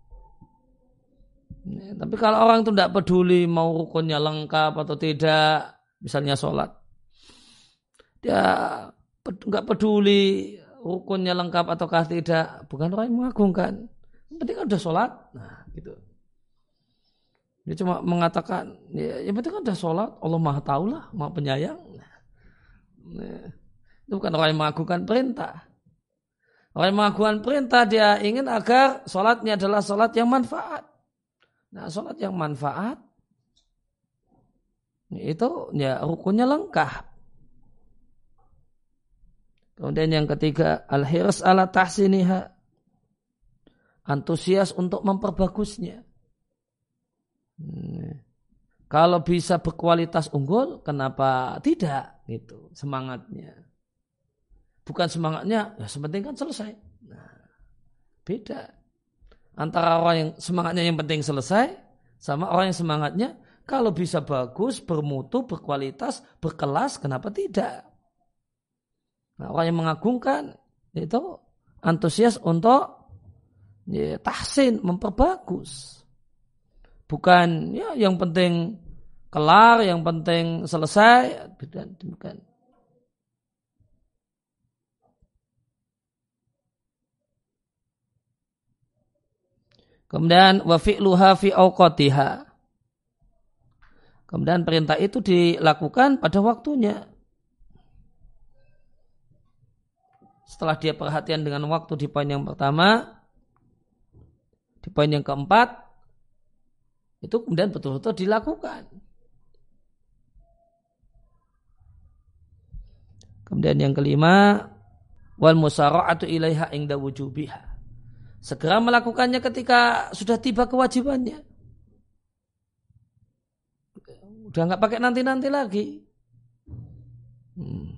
Ya, tapi kalau orang itu tidak peduli mau rukunnya lengkap atau tidak, misalnya sholat, dia nggak peduli rukunnya lengkap ataukah tidak, bukan orang yang mengagungkan. Yang penting kan udah sholat, nah gitu. Dia cuma mengatakan, ya, yang penting kan udah sholat, Allah Maha Tahu lah, Maha Penyayang. Nah, itu bukan orang yang mengagungkan perintah. Orang yang mengagungkan perintah, dia ingin agar sholatnya adalah sholat yang manfaat. Nah, sholat yang manfaat, itu ya rukunnya lengkap. Kemudian yang ketiga, al-hirs ala tahsiniha, antusias untuk memperbagusnya. Hmm. Kalau bisa berkualitas unggul, kenapa tidak? Gitu semangatnya. Bukan semangatnya, ya sepenting kan selesai. Nah, beda. Antara orang yang semangatnya yang penting selesai, sama orang yang semangatnya kalau bisa bagus, bermutu, berkualitas, berkelas, kenapa tidak? Nah, orang yang mengagungkan itu antusias untuk ya, tahsin, memperbagus. Bukan ya yang penting kelar, yang penting selesai, bukan. Kemudian wa fi'luha fi awqatiha. Kemudian perintah itu dilakukan pada waktunya. Setelah dia perhatian dengan waktu di poin yang pertama, di poin yang keempat, itu kemudian betul-betul dilakukan. Kemudian yang kelima, wal musara'atu ilaiha inda wujubiha. Segera melakukannya ketika sudah tiba kewajibannya. Udah nggak pakai nanti-nanti lagi. Hmm.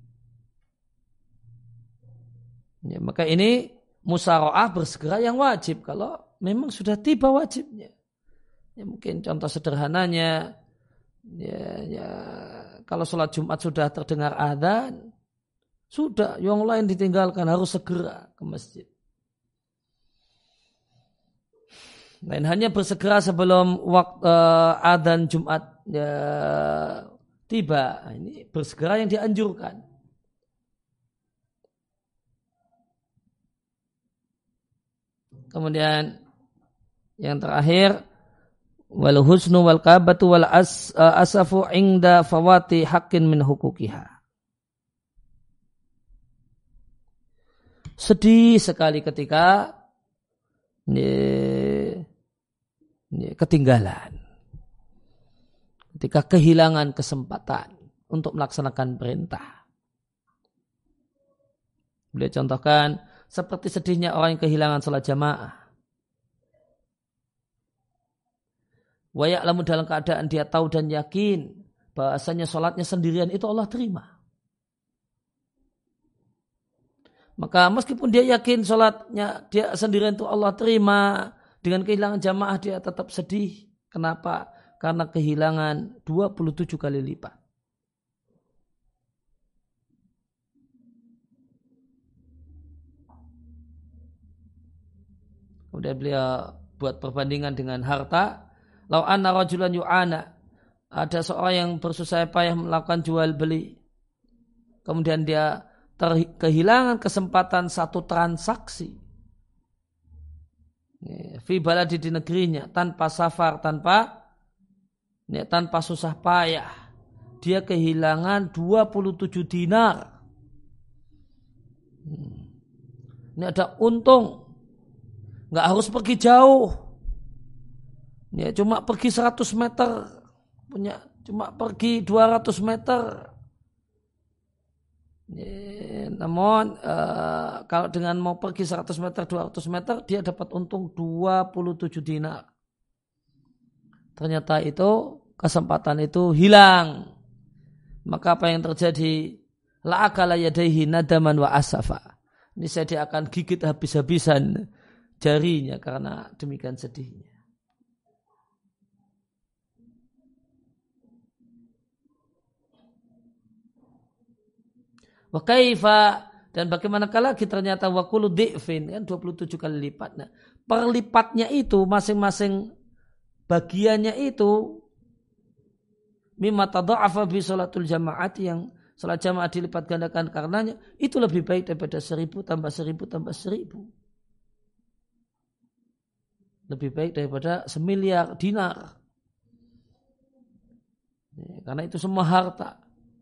Ya, maka ini musara'ah bersegera yang wajib kalau memang sudah tiba wajibnya. Ya, mungkin contoh sederhananya, ya, ya, kalau sholat Jumat sudah terdengar adzan, sudah yang lain ditinggalkan, harus segera ke masjid. Lain hanya bersegera sebelum waktu uh, adzan Jumat ya, tiba, ini bersegera yang dianjurkan. Kemudian yang terakhir, wal husnu wal kabatu wal as, uh, asafu inda fawati haqqin min hukukiha. Sedih sekali ketika ini, ini ketinggalan, ketika kehilangan kesempatan untuk melaksanakan perintah. Beliau contohkan seperti sedihnya orang yang kehilangan salat jamaah. Wa ya'lamu, dalam keadaan dia tahu dan yakin bahasanya sholatnya sendirian itu Allah terima. Maka meskipun dia yakin sholatnya dia sendirian itu Allah terima, dengan kehilangan jamaah dia tetap sedih. Kenapa? Karena kehilangan dua puluh tujuh kali lipat. Kemudian beliau buat perbandingan dengan harta. Lau anna rajulan yu'ana, ada seorang yang bersusah payah melakukan jual beli, kemudian dia ter- kehilangan kesempatan satu transaksi fi baladi di negerinya, tanpa safar, tanpa ya, tanpa susah payah, dia kehilangan dua puluh tujuh dinar. Ini ada untung, nggak harus pergi jauh. Ya, cuma pergi seratus meter, punya cuma pergi dua ratus meter. Ya, namun uh, kalau dengan mau pergi seratus meter, dua ratus meter, dia dapat untung dua puluh tujuh dinar. Ternyata itu kesempatan itu hilang. Maka apa yang terjadi? La akala yadaihi nadaman wa asafa. Ini saya akan gigit habis-habisan jarinya karena demikian sedihnya. Wa kaifa, dan bagaimanakah lagi ternyata wa kullu dhi'fin kan dua puluh tujuh kali lipat. Nah, perlipatnya itu masing-masing bagiannya itu mimma tadha'afa bi sholatul jamaat, yang salat jamaah dilipat gandakan karenanya, itu lebih baik daripada seribu tambah seribu tambah seribu. Lebih baik daripada semiliar dinar. Karena itu semua harta.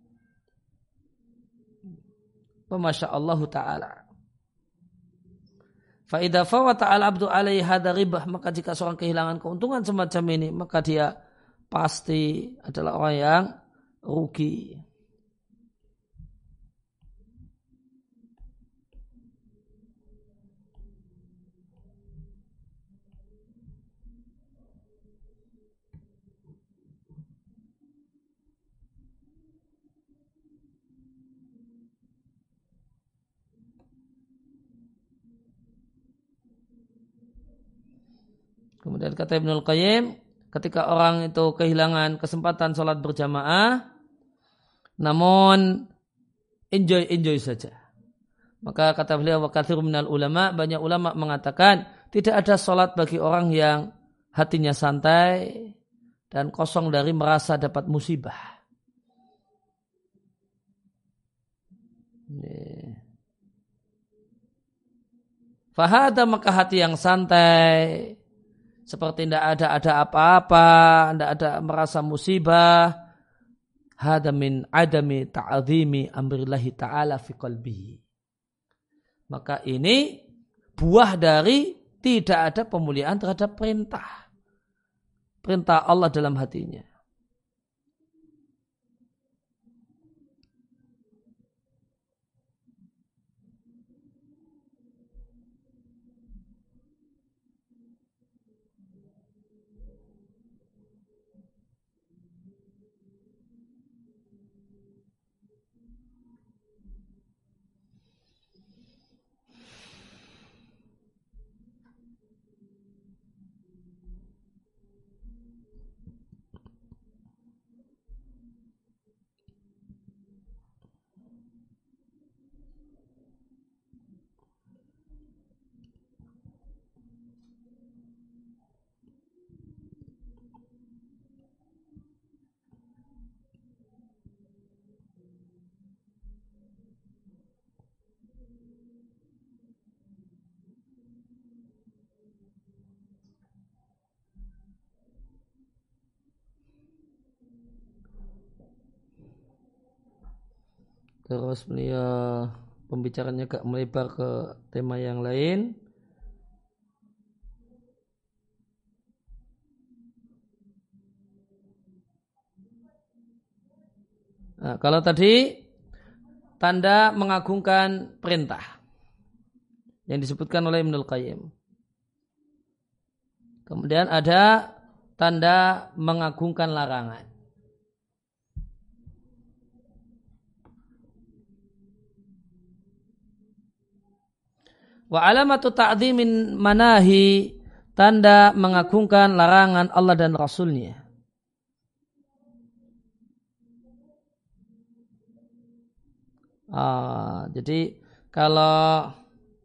Masya Allah Ta'ala. Fa'idha fawata al-abdu alaihi hadha ribah, maka jika seorang kehilangan keuntungan semacam ini, maka dia pasti adalah orang yang rugi. Kemudian kata Ibnul Qayyim, ketika orang itu kehilangan kesempatan sholat berjamaah, namun enjoy-enjoy saja. Maka kata beliau, wa katsirun minal ulama, banyak ulama mengatakan tidak ada sholat bagi orang yang hatinya santai dan kosong dari merasa dapat musibah. Fahada, maka hati yang santai, seperti tidak ada ada apa-apa, tidak ada merasa musibah. Hada min adami ta'zimi amrillahi ta'ala fi qalbihi. Maka ini buah dari tidak ada pemuliaan terhadap perintah. Perintah Allah dalam hatinya. Terus beliau pembicaranya agak melebar ke tema yang lain. Nah, kalau tadi tanda mengagungkan perintah yang disebutkan oleh Ibnul Qayyim. Kemudian ada tanda mengagungkan larangan. Wa alamatu ta'dhimin manahi, tanda mengagungkan larangan Allah dan Rasulnya. Ah, jadi kalau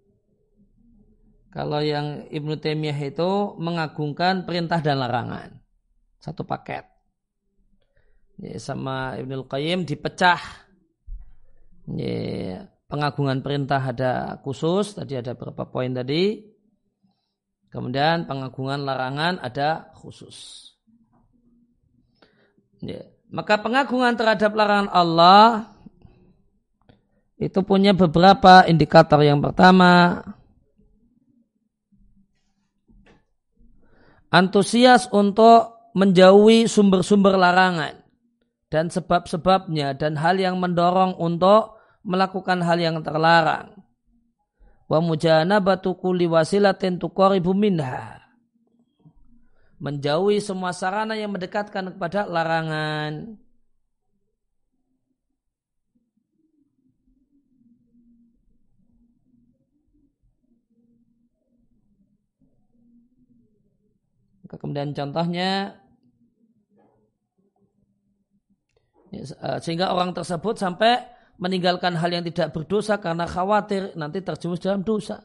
kalau yang Ibnu Taimiyah itu mengagungkan perintah dan larangan satu paket. Ya, sama Ibnul Qayyim dipecah. Ya, pengagungan perintah ada khusus, tadi ada beberapa poin tadi. Kemudian pengagungan larangan ada khusus. Ya. Maka pengagungan terhadap larangan Allah itu punya beberapa indikator. Yang pertama, antusias untuk menjauhi sumber-sumber larangan dan sebab-sebabnya dan hal yang mendorong untuk melakukan hal yang terlarang. Wa mujanabatu kulli wasilatin tuqaribu minha, menjauhi semua sarana yang mendekatkan kepada larangan. Kemudian contohnya, sehingga orang tersebut sampai meninggalkan hal yang tidak berdosa karena khawatir nanti terjerumus dalam dosa.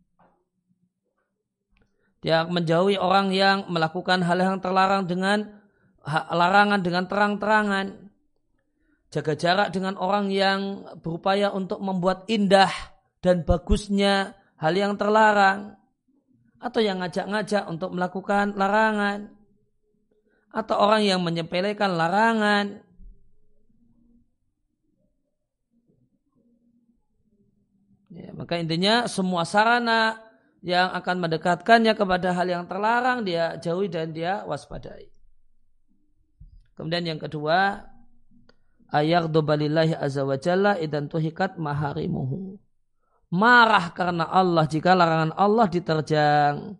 Dia menjauhi orang yang melakukan hal yang terlarang dengan larangan dengan terang-terangan. Jaga jarak dengan orang yang berupaya untuk membuat indah dan bagusnya hal yang terlarang. Atau yang ngajak-ngajak untuk melakukan larangan. Atau orang yang menyepelekan larangan. Ya, maka intinya semua sarana yang akan mendekatkannya kepada hal yang terlarang dia jauhi dan dia waspadai. Kemudian yang kedua, ayaghdaba lillahi azza wa jalla idan tuhikat maharimuhu. Marah karena Allah jika larangan Allah diterjang.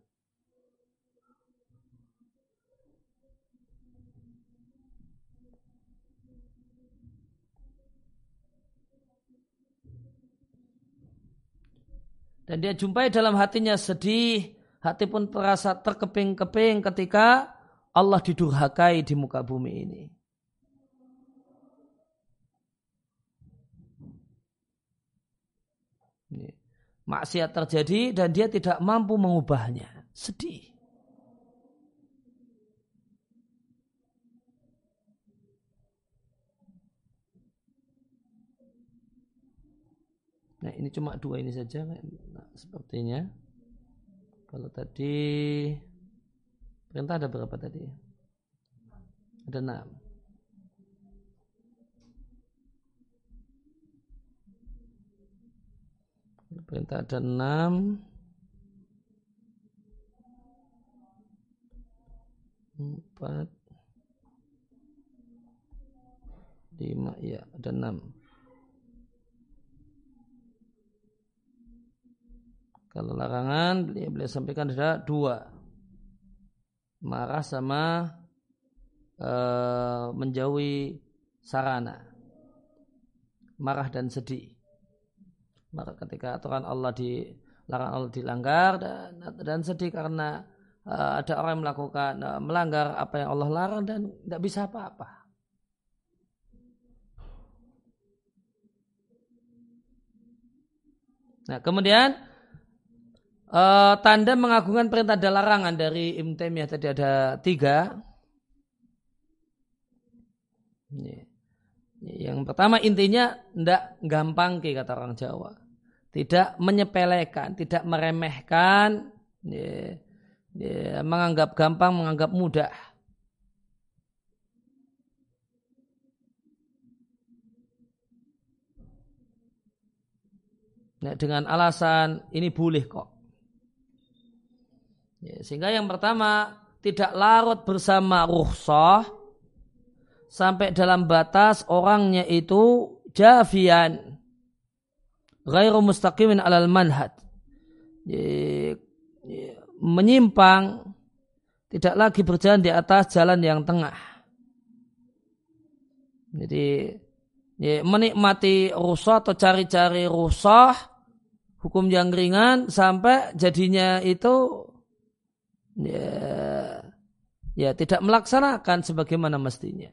Dan dia jumpai dalam hatinya sedih, hati pun terasa terkeping-keping ketika Allah didurhakai di muka bumi ini. Maksiat terjadi dan dia tidak mampu mengubahnya. Sedih. Nah ini cuma dua ini saja. Nah, sepertinya. Kalau tadi perintah ada berapa tadi? Ada enam. Perintah ada enam. Empat. Lima. Ya ada enam. Kalau larangan beliau, beliau sampaikan ada dua. Marah sama e, menjauhi sarana. Marah dan sedih. Marah ketika aturan Allah di larangan Allah dilanggar dan, dan sedih karena e, ada orang yang melakukan e, melanggar apa yang Allah larang dan tidak bisa apa-apa. Nah kemudian Uh, tanda mengagungkan perintah dan larangan dari Ibnu Taimiyah tadi ada tiga. Yang pertama intinya tidak gampang kata orang Jawa, tidak menyepelekan, tidak meremehkan, ya, ya, menganggap gampang, menganggap mudah. Nah, dengan alasan ini boleh kok. Ya, sehingga yang pertama tidak larut bersama rukhsah sampai dalam batas orangnya itu jafian ghairu mustaqimin alal manhaj, ya, ya, menyimpang, tidak lagi berjalan di atas jalan yang tengah. Jadi ya, menikmati rukhsah atau cari-cari rukhsah hukum yang ringan sampai jadinya itu ya, ya tidak melaksanakan sebagaimana mestinya.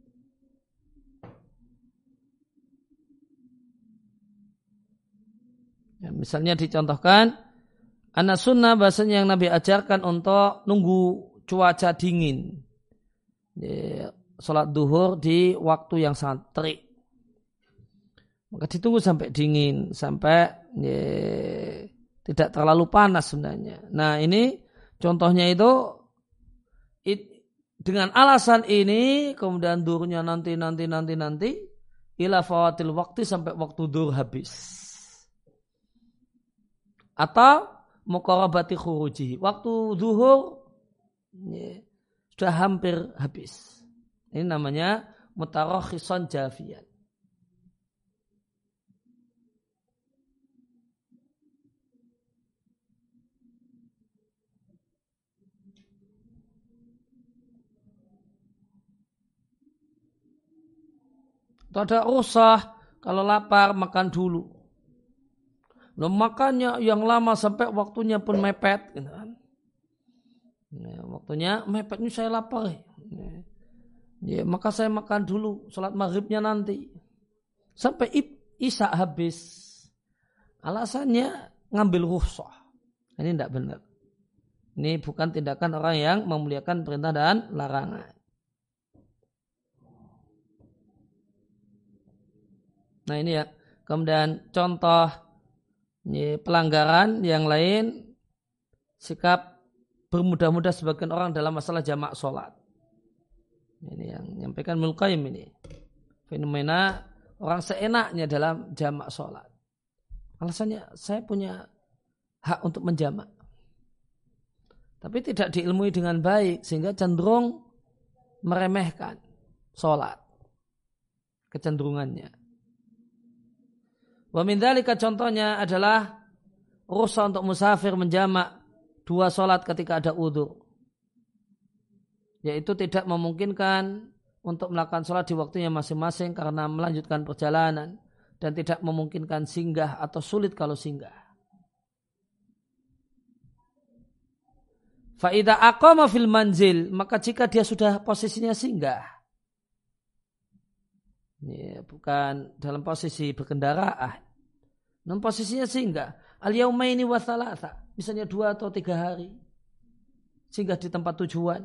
Ya, misalnya dicontohkan, anas sunnah bahasanya yang Nabi ajarkan untuk nunggu cuaca dingin. Ya, sholat duhur di waktu yang sangat terik. Maka ditunggu sampai dingin, sampai ya, tidak terlalu panas sebenarnya. Nah ini contohnya itu it, dengan alasan ini kemudian duhurnya nanti nanti nanti nanti ila fawatil waktu sampai waktu duhur habis. Atau muqarabati khuruji, waktu duhur ya, sudah hampir habis. Ini namanya mutarakhisan jafiyan. Itu ada rusah, kalau lapar makan dulu. Loh, makannya yang lama sampai waktunya pun mepet. Gitu kan. Ya, waktunya mepet, ini saya lapar. Ya, maka saya makan dulu, sholat maghribnya nanti. Sampai isya habis. Alasannya ngambil rukhsah. Ini tidak benar. Ini bukan tindakan orang yang memuliakan perintah dan larangan. Nah ini ya. Kemudian contoh ini pelanggaran yang lain, sikap bermudah-mudah sebagian orang dalam masalah jamak sholat. Ini yang menyampaikan Ibnu Qayyim ini. Fenomena orang seenaknya dalam jamak sholat. Alasannya saya punya hak untuk menjamak. Tapi tidak diilmui dengan baik sehingga cenderung meremehkan sholat. Kecenderungannya. Wa min dzalika contohnya adalah rukhsah untuk musafir menjamak dua sholat ketika ada udhur. Yaitu tidak memungkinkan untuk melakukan sholat di waktunya masing-masing karena melanjutkan perjalanan dan tidak memungkinkan singgah atau sulit kalau singgah. Fa idza aqama fil manzil, maka jika dia sudah posisinya singgah, ya, bukan dalam posisi berkendaraan, namun posisinya singgah, al yaumaini wa thalatha, misalnya dua atau tiga hari singgah di tempat tujuan.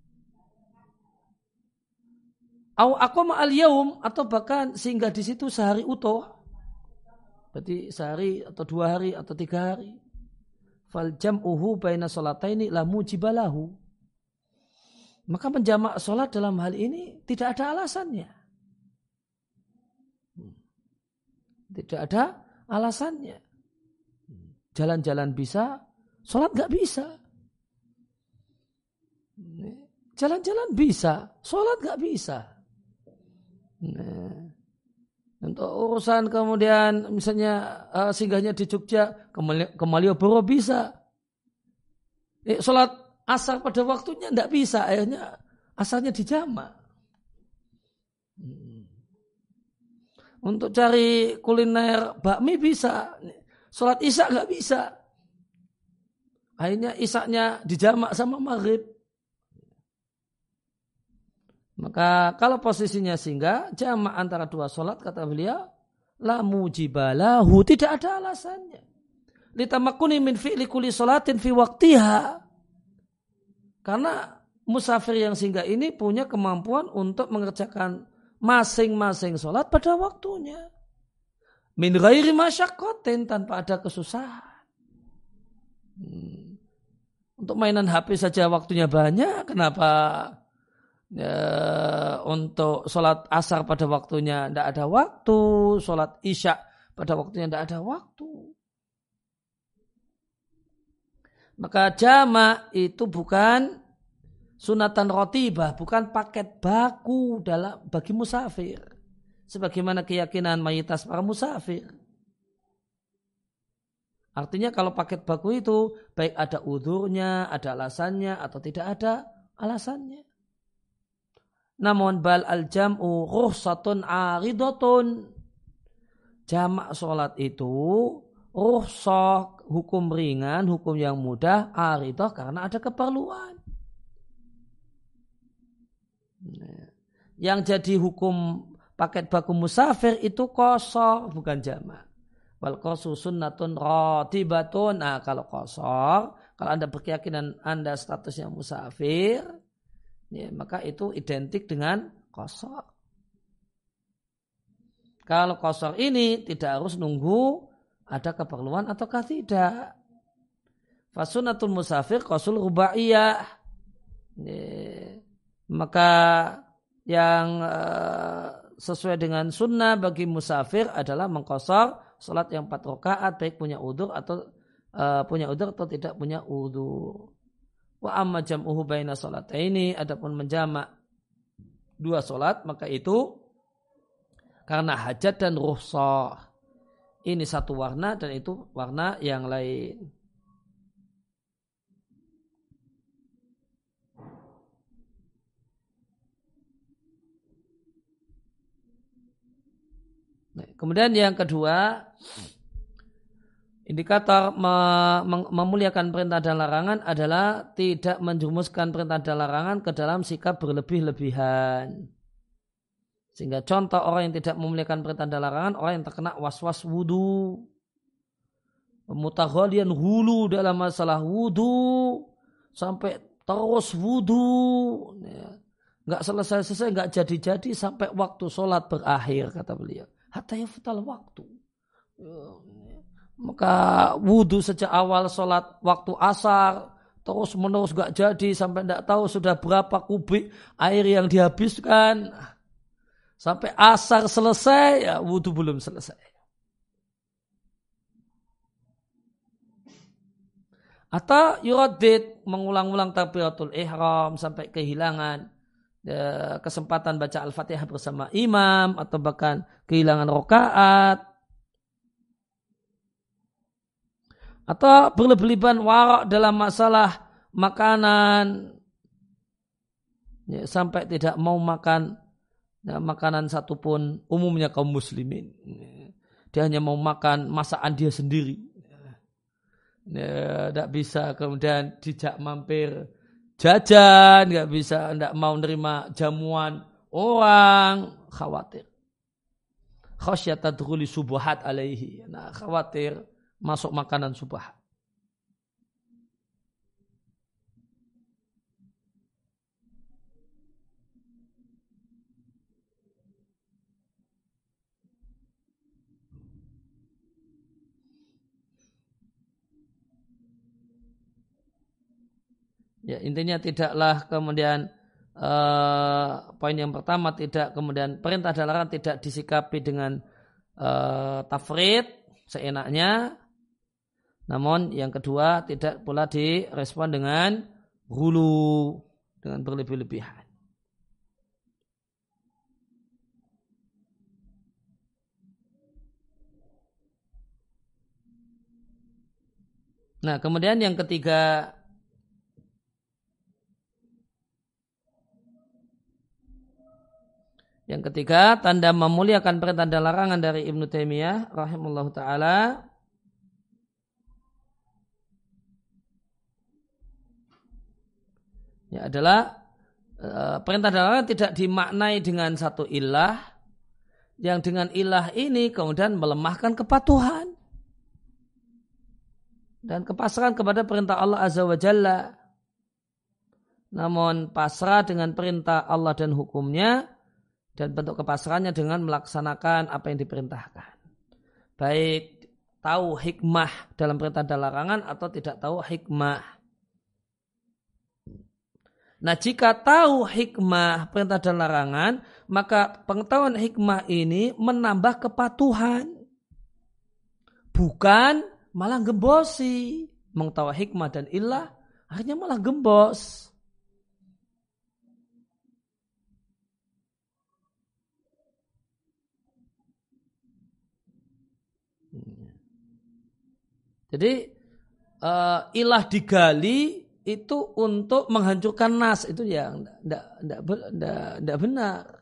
Au aqama al yaum, atau bahkan singgah di situ sehari utuh. Berarti sehari atau dua hari atau tiga hari. Fal jam'uhu baina sholataini la mujibalahu. Maka menjamak sholat dalam hal ini tidak ada alasannya. Tidak ada alasannya. Jalan-jalan bisa, sholat nggak bisa. Jalan-jalan bisa, sholat nggak bisa. Nah, untuk urusan kemudian misalnya uh, singgahnya di Jogja ke Malioboro bisa. Eh, sholat asar pada waktunya tidak bisa, akhirnya asarnya dijamak. Hmm. Untuk cari kuliner bakmi bisa, sholat isya nggak bisa. Akhirnya isyaknya dijamak sama maghrib. Maka kalau posisinya singgah, jamak antara dua sholat, kata beliau, la mujibalahu, tidak ada alasannya. Litamakuni min fi'li kulli sholatin fi waqtiha. Karena musafir yang singgah ini punya kemampuan untuk mengerjakan masing-masing sholat pada waktunya. Min ghairi masyaqqatin, tanpa ada kesusahan. Hmm. Untuk mainan H P saja waktunya banyak, kenapa Ya, untuk sholat asar pada waktunya tidak ada waktu, sholat isya pada waktunya tidak ada waktu. Maka jamak itu bukan sunatan rotibah, bukan paket baku dalam bagi musafir, sebagaimana keyakinan mayoritas para musafir. Artinya kalau paket baku itu baik ada udhurnya, ada alasannya atau tidak ada alasannya. Namun bal al-jam'u rukhsatun aridatun. Jamak sholat itu rukhsah, hukum ringan, hukum yang mudah, aridah karena ada keperluan. Yang jadi hukum paket baku musafir itu qashar, bukan jamak. Wal qasru sunnatun ratibatun. Nah kalau qashar, kalau Anda berkeyakinan Anda statusnya musafir, ya, maka itu identik dengan qashar. Kalau qashar ini tidak harus nunggu ada keperluan ataukah tidak. Fasunatul musafir qasul rubaiyah. Ya, maka yang uh, sesuai dengan sunnah bagi musafir adalah mengqashar salat yang empat rakaat baik punya udzur atau uh, punya udzur atau tidak punya udzur. Wa amma jam'uhu baina salataini, adapun menjamak dua salat maka itu karena hajat dan rukhsah. Ini satu warna dan itu warna yang lain. Nah, kemudian yang kedua, indikator memuliakan perintah dan larangan adalah tidak menjumuskan perintah dan larangan ke dalam sikap berlebih-lebihan. Sehingga contoh orang yang tidak memuliakan perintah dan larangan, orang yang terkena was-was wudu. Mutaghalian hulu dalam masalah wudu. Sampai terus wudu. Enggak selesai-selesai, enggak jadi-jadi sampai waktu sholat berakhir, kata beliau. Hatta yaftal waktu. Maka wudu sejak awal sholat waktu asar, terus menerus enggak jadi sampai enggak tahu sudah berapa kubik air yang dihabiskan. Sampai asar selesai, ya wudu belum selesai. Atau yuradid, mengulang-ulang takbiratul ihram sampai kehilangan ya, kesempatan baca Al-Fatihah bersama imam, atau bahkan kehilangan rakaat. Atau berlebihan warak dalam masalah makanan, ya, sampai tidak mau makan ya, makanan satupun, umumnya kaum muslimin. Dia hanya mau makan masakan dia sendiri. Ya, tidak bisa kemudian dijak mampir jajan, tidak bisa, tidak mau nerima jamuan orang, khawatir. Khasyata dukhuli subuhat alaihi. Nah, khawatir masuk makanan subuhat. Ya, intinya tidaklah kemudian uh, poin yang pertama, tidak kemudian perintah dan larangan tidak disikapi dengan uh, tafrid seenaknya. Namun yang kedua tidak pula direspon dengan hulu, dengan berlebih-lebihan. Nah, kemudian yang ketiga, Yang ketiga, tanda memuliakan perintah dan larangan dari Ibnu Taimiyah rahimahullahu taala ya adalah e, perintah dan larangan tidak dimaknai dengan satu ilah, yang dengan ilah ini kemudian melemahkan kepatuhan dan kepasrahan kepada perintah Allah Azza wa Jalla. Namun pasrah dengan perintah Allah dan hukumnya, dan bentuk kepasrahannya dengan melaksanakan apa yang diperintahkan. Baik tahu hikmah dalam perintah dan larangan atau tidak tahu hikmah. Nah, jika tahu hikmah perintah dan larangan, maka pengetahuan hikmah ini menambah kepatuhan. Bukan malah gembosi. Mengetahui hikmah dan ilah, akhirnya malah gembos. Jadi uh, ilah digali itu untuk menghancurkan nas, itu yang tidak benar.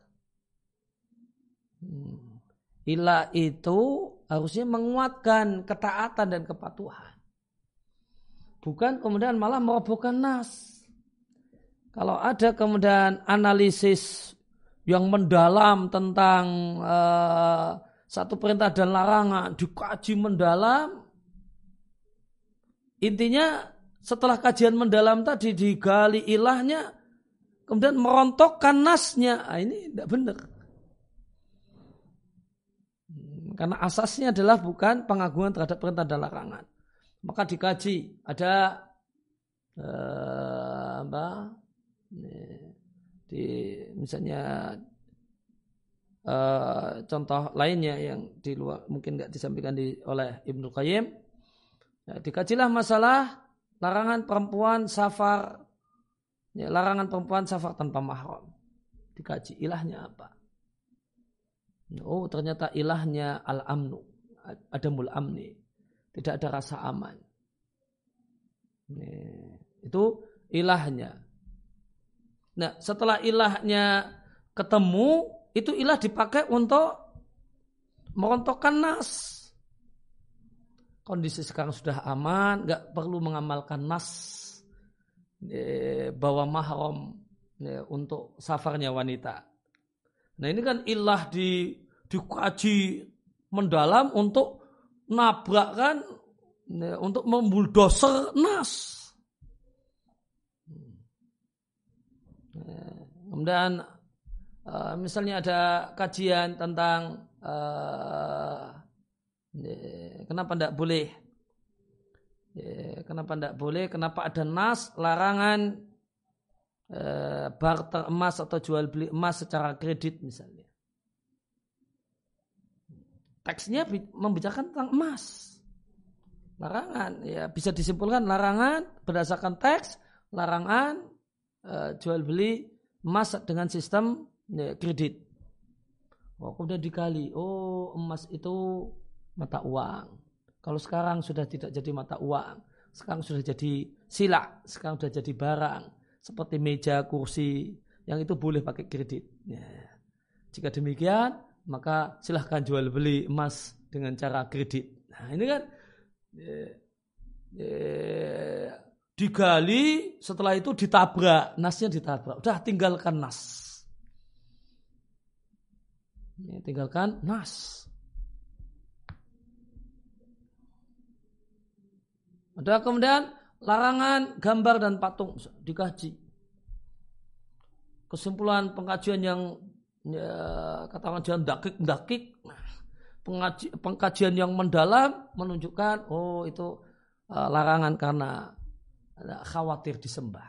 Hmm. Ilah itu harusnya menguatkan ketaatan dan kepatuhan, bukan kemudian malah merobohkan nas. Kalau ada kemudian analisis yang mendalam tentang uh, satu perintah dan larangan, dikaji mendalam, intinya setelah kajian mendalam tadi digali ilahnya, kemudian merontokkan nasnya, nah, ini tidak benar. Karena asasnya adalah bukan pengagungan terhadap perintah dan larangan. Maka dikaji, ada eh, apa? Di misalnya eh, contoh lainnya yang di luar mungkin nggak disampaikan di, oleh Ibnu Qayyim. Ya, dikajilah masalah larangan perempuan safar, ya, larangan perempuan safar tanpa mahram. Dikaji ilahnya apa? Oh, ternyata ilahnya al-amnu, adamul amni, tidak ada rasa aman. Nih, itu ilahnya. Nah, setelah ilahnya ketemu, itu ilah dipakai untuk merontokkan nas. Kondisi sekarang sudah aman, nggak perlu mengamalkan nas eh, bawa mahram eh, untuk safarnya wanita. Nah ini kan ilah di dikaji mendalam untuk nabrakkan, ya, untuk membuldoser nas. Ya, kemudian uh, misalnya ada kajian tentang uh, ya, kenapa tidak boleh, ya, kenapa tidak boleh, kenapa ada nas larangan uh, barter emas atau jual beli emas secara kredit misalnya. Teksnya membicarakan tentang emas. Larangan, ya bisa disimpulkan larangan berdasarkan teks, larangan uh, jual beli emas dengan sistem ya, kredit. Oh, kemudian dikali, oh emas itu mata uang. Kalau sekarang sudah tidak jadi mata uang, sekarang sudah jadi sila, sekarang sudah jadi barang seperti meja, kursi, yang itu boleh pakai kredit. Ya. Jika demikian, maka silahkan jual beli emas dengan cara kredit. Nah ini kan eh, eh, digali, setelah itu ditabrak, nasnya ditabrak. Udah tinggalkan nas. Ya, tinggalkan nas. Ada kemudian larangan gambar dan patung dikaji. Kesimpulan pengkajian yang ya, katakan jangan dakik-dakik. Pengaji, pengkajian yang mendalam menunjukkan oh itu uh, larangan karena uh, khawatir disembah.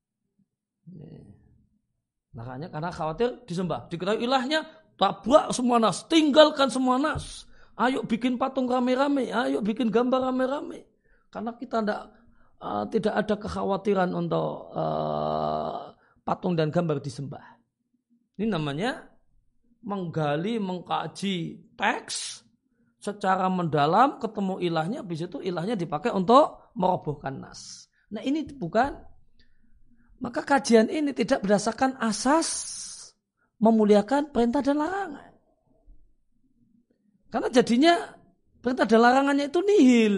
Larangannya karena khawatir disembah. Diketahui ilahnya, tabrak semua nas, tinggalkan semua nas. Ayo bikin patung rame-rame, ayo bikin gambar rame-rame. Karena kita tidak uh, tidak ada kekhawatiran untuk uh, patung dan gambar disembah. Ini namanya menggali, mengkaji teks secara mendalam, ketemu ilahnya, habis itu ilahnya dipakai untuk merobohkan nas. Nah ini bukan, maka kajian ini tidak berdasarkan asas memuliakan perintah dan larangan. Karena jadinya perintah dan larangannya itu nihil.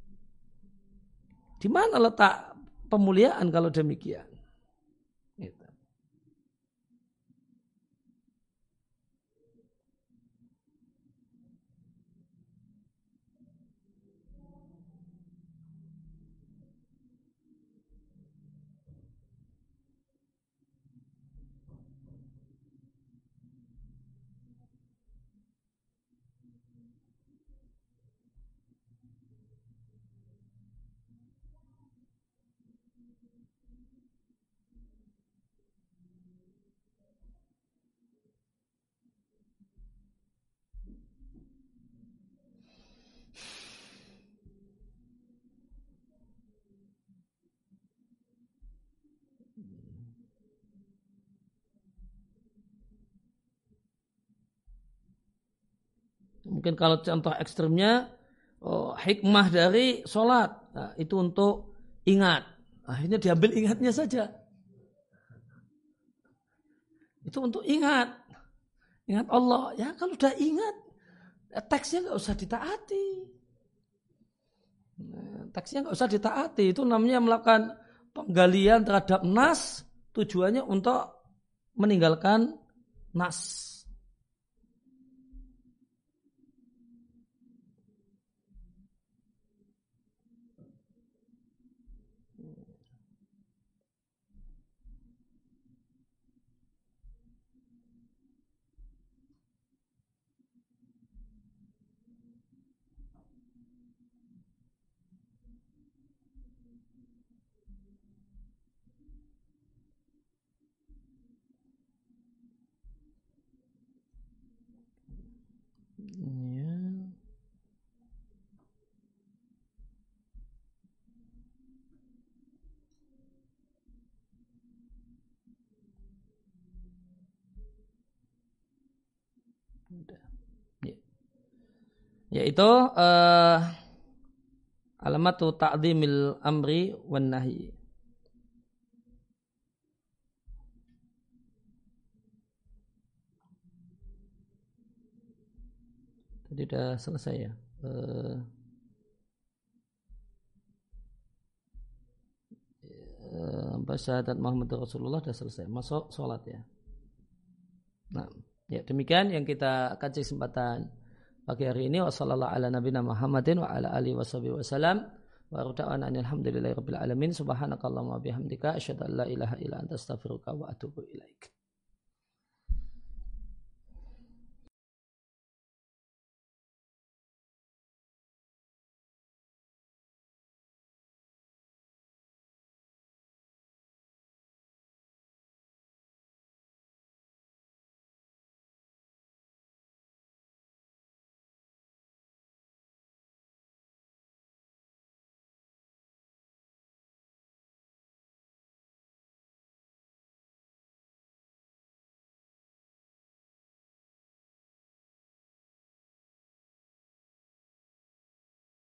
Di mana letak pemuliaan kalau demikian? Mungkin kalau contoh ekstrimnya oh, hikmah dari sholat, nah, itu untuk ingat. Akhirnya diambil ingatnya saja. Itu untuk ingat. Ingat Allah. Ya kalau udah ingat, teksnya nggak usah ditaati. Nah, teksnya nggak usah ditaati. Itu namanya melakukan penggalian terhadap nas, tujuannya untuk meninggalkan nas. Yaitu uh, alamatu ta'zimil amri wan nahi. Tadi sudah selesai ya. Uh, uh, syahadat Muhammad Rasulullah sudah selesai. Masuk sholat ya. Nah. Ya, demikian yang kita kaji kesempatan pagi hari ini. Wassallallahu ala nabiyina Muhammadin wa ala alihi washabihi wasallam. Wa ruta'ana alhamdulillahi rabbil alamin. Subhanakallahumma bihamdika asyhadu an la ilaha illa anta astaghfiruka wa atubu ilaik.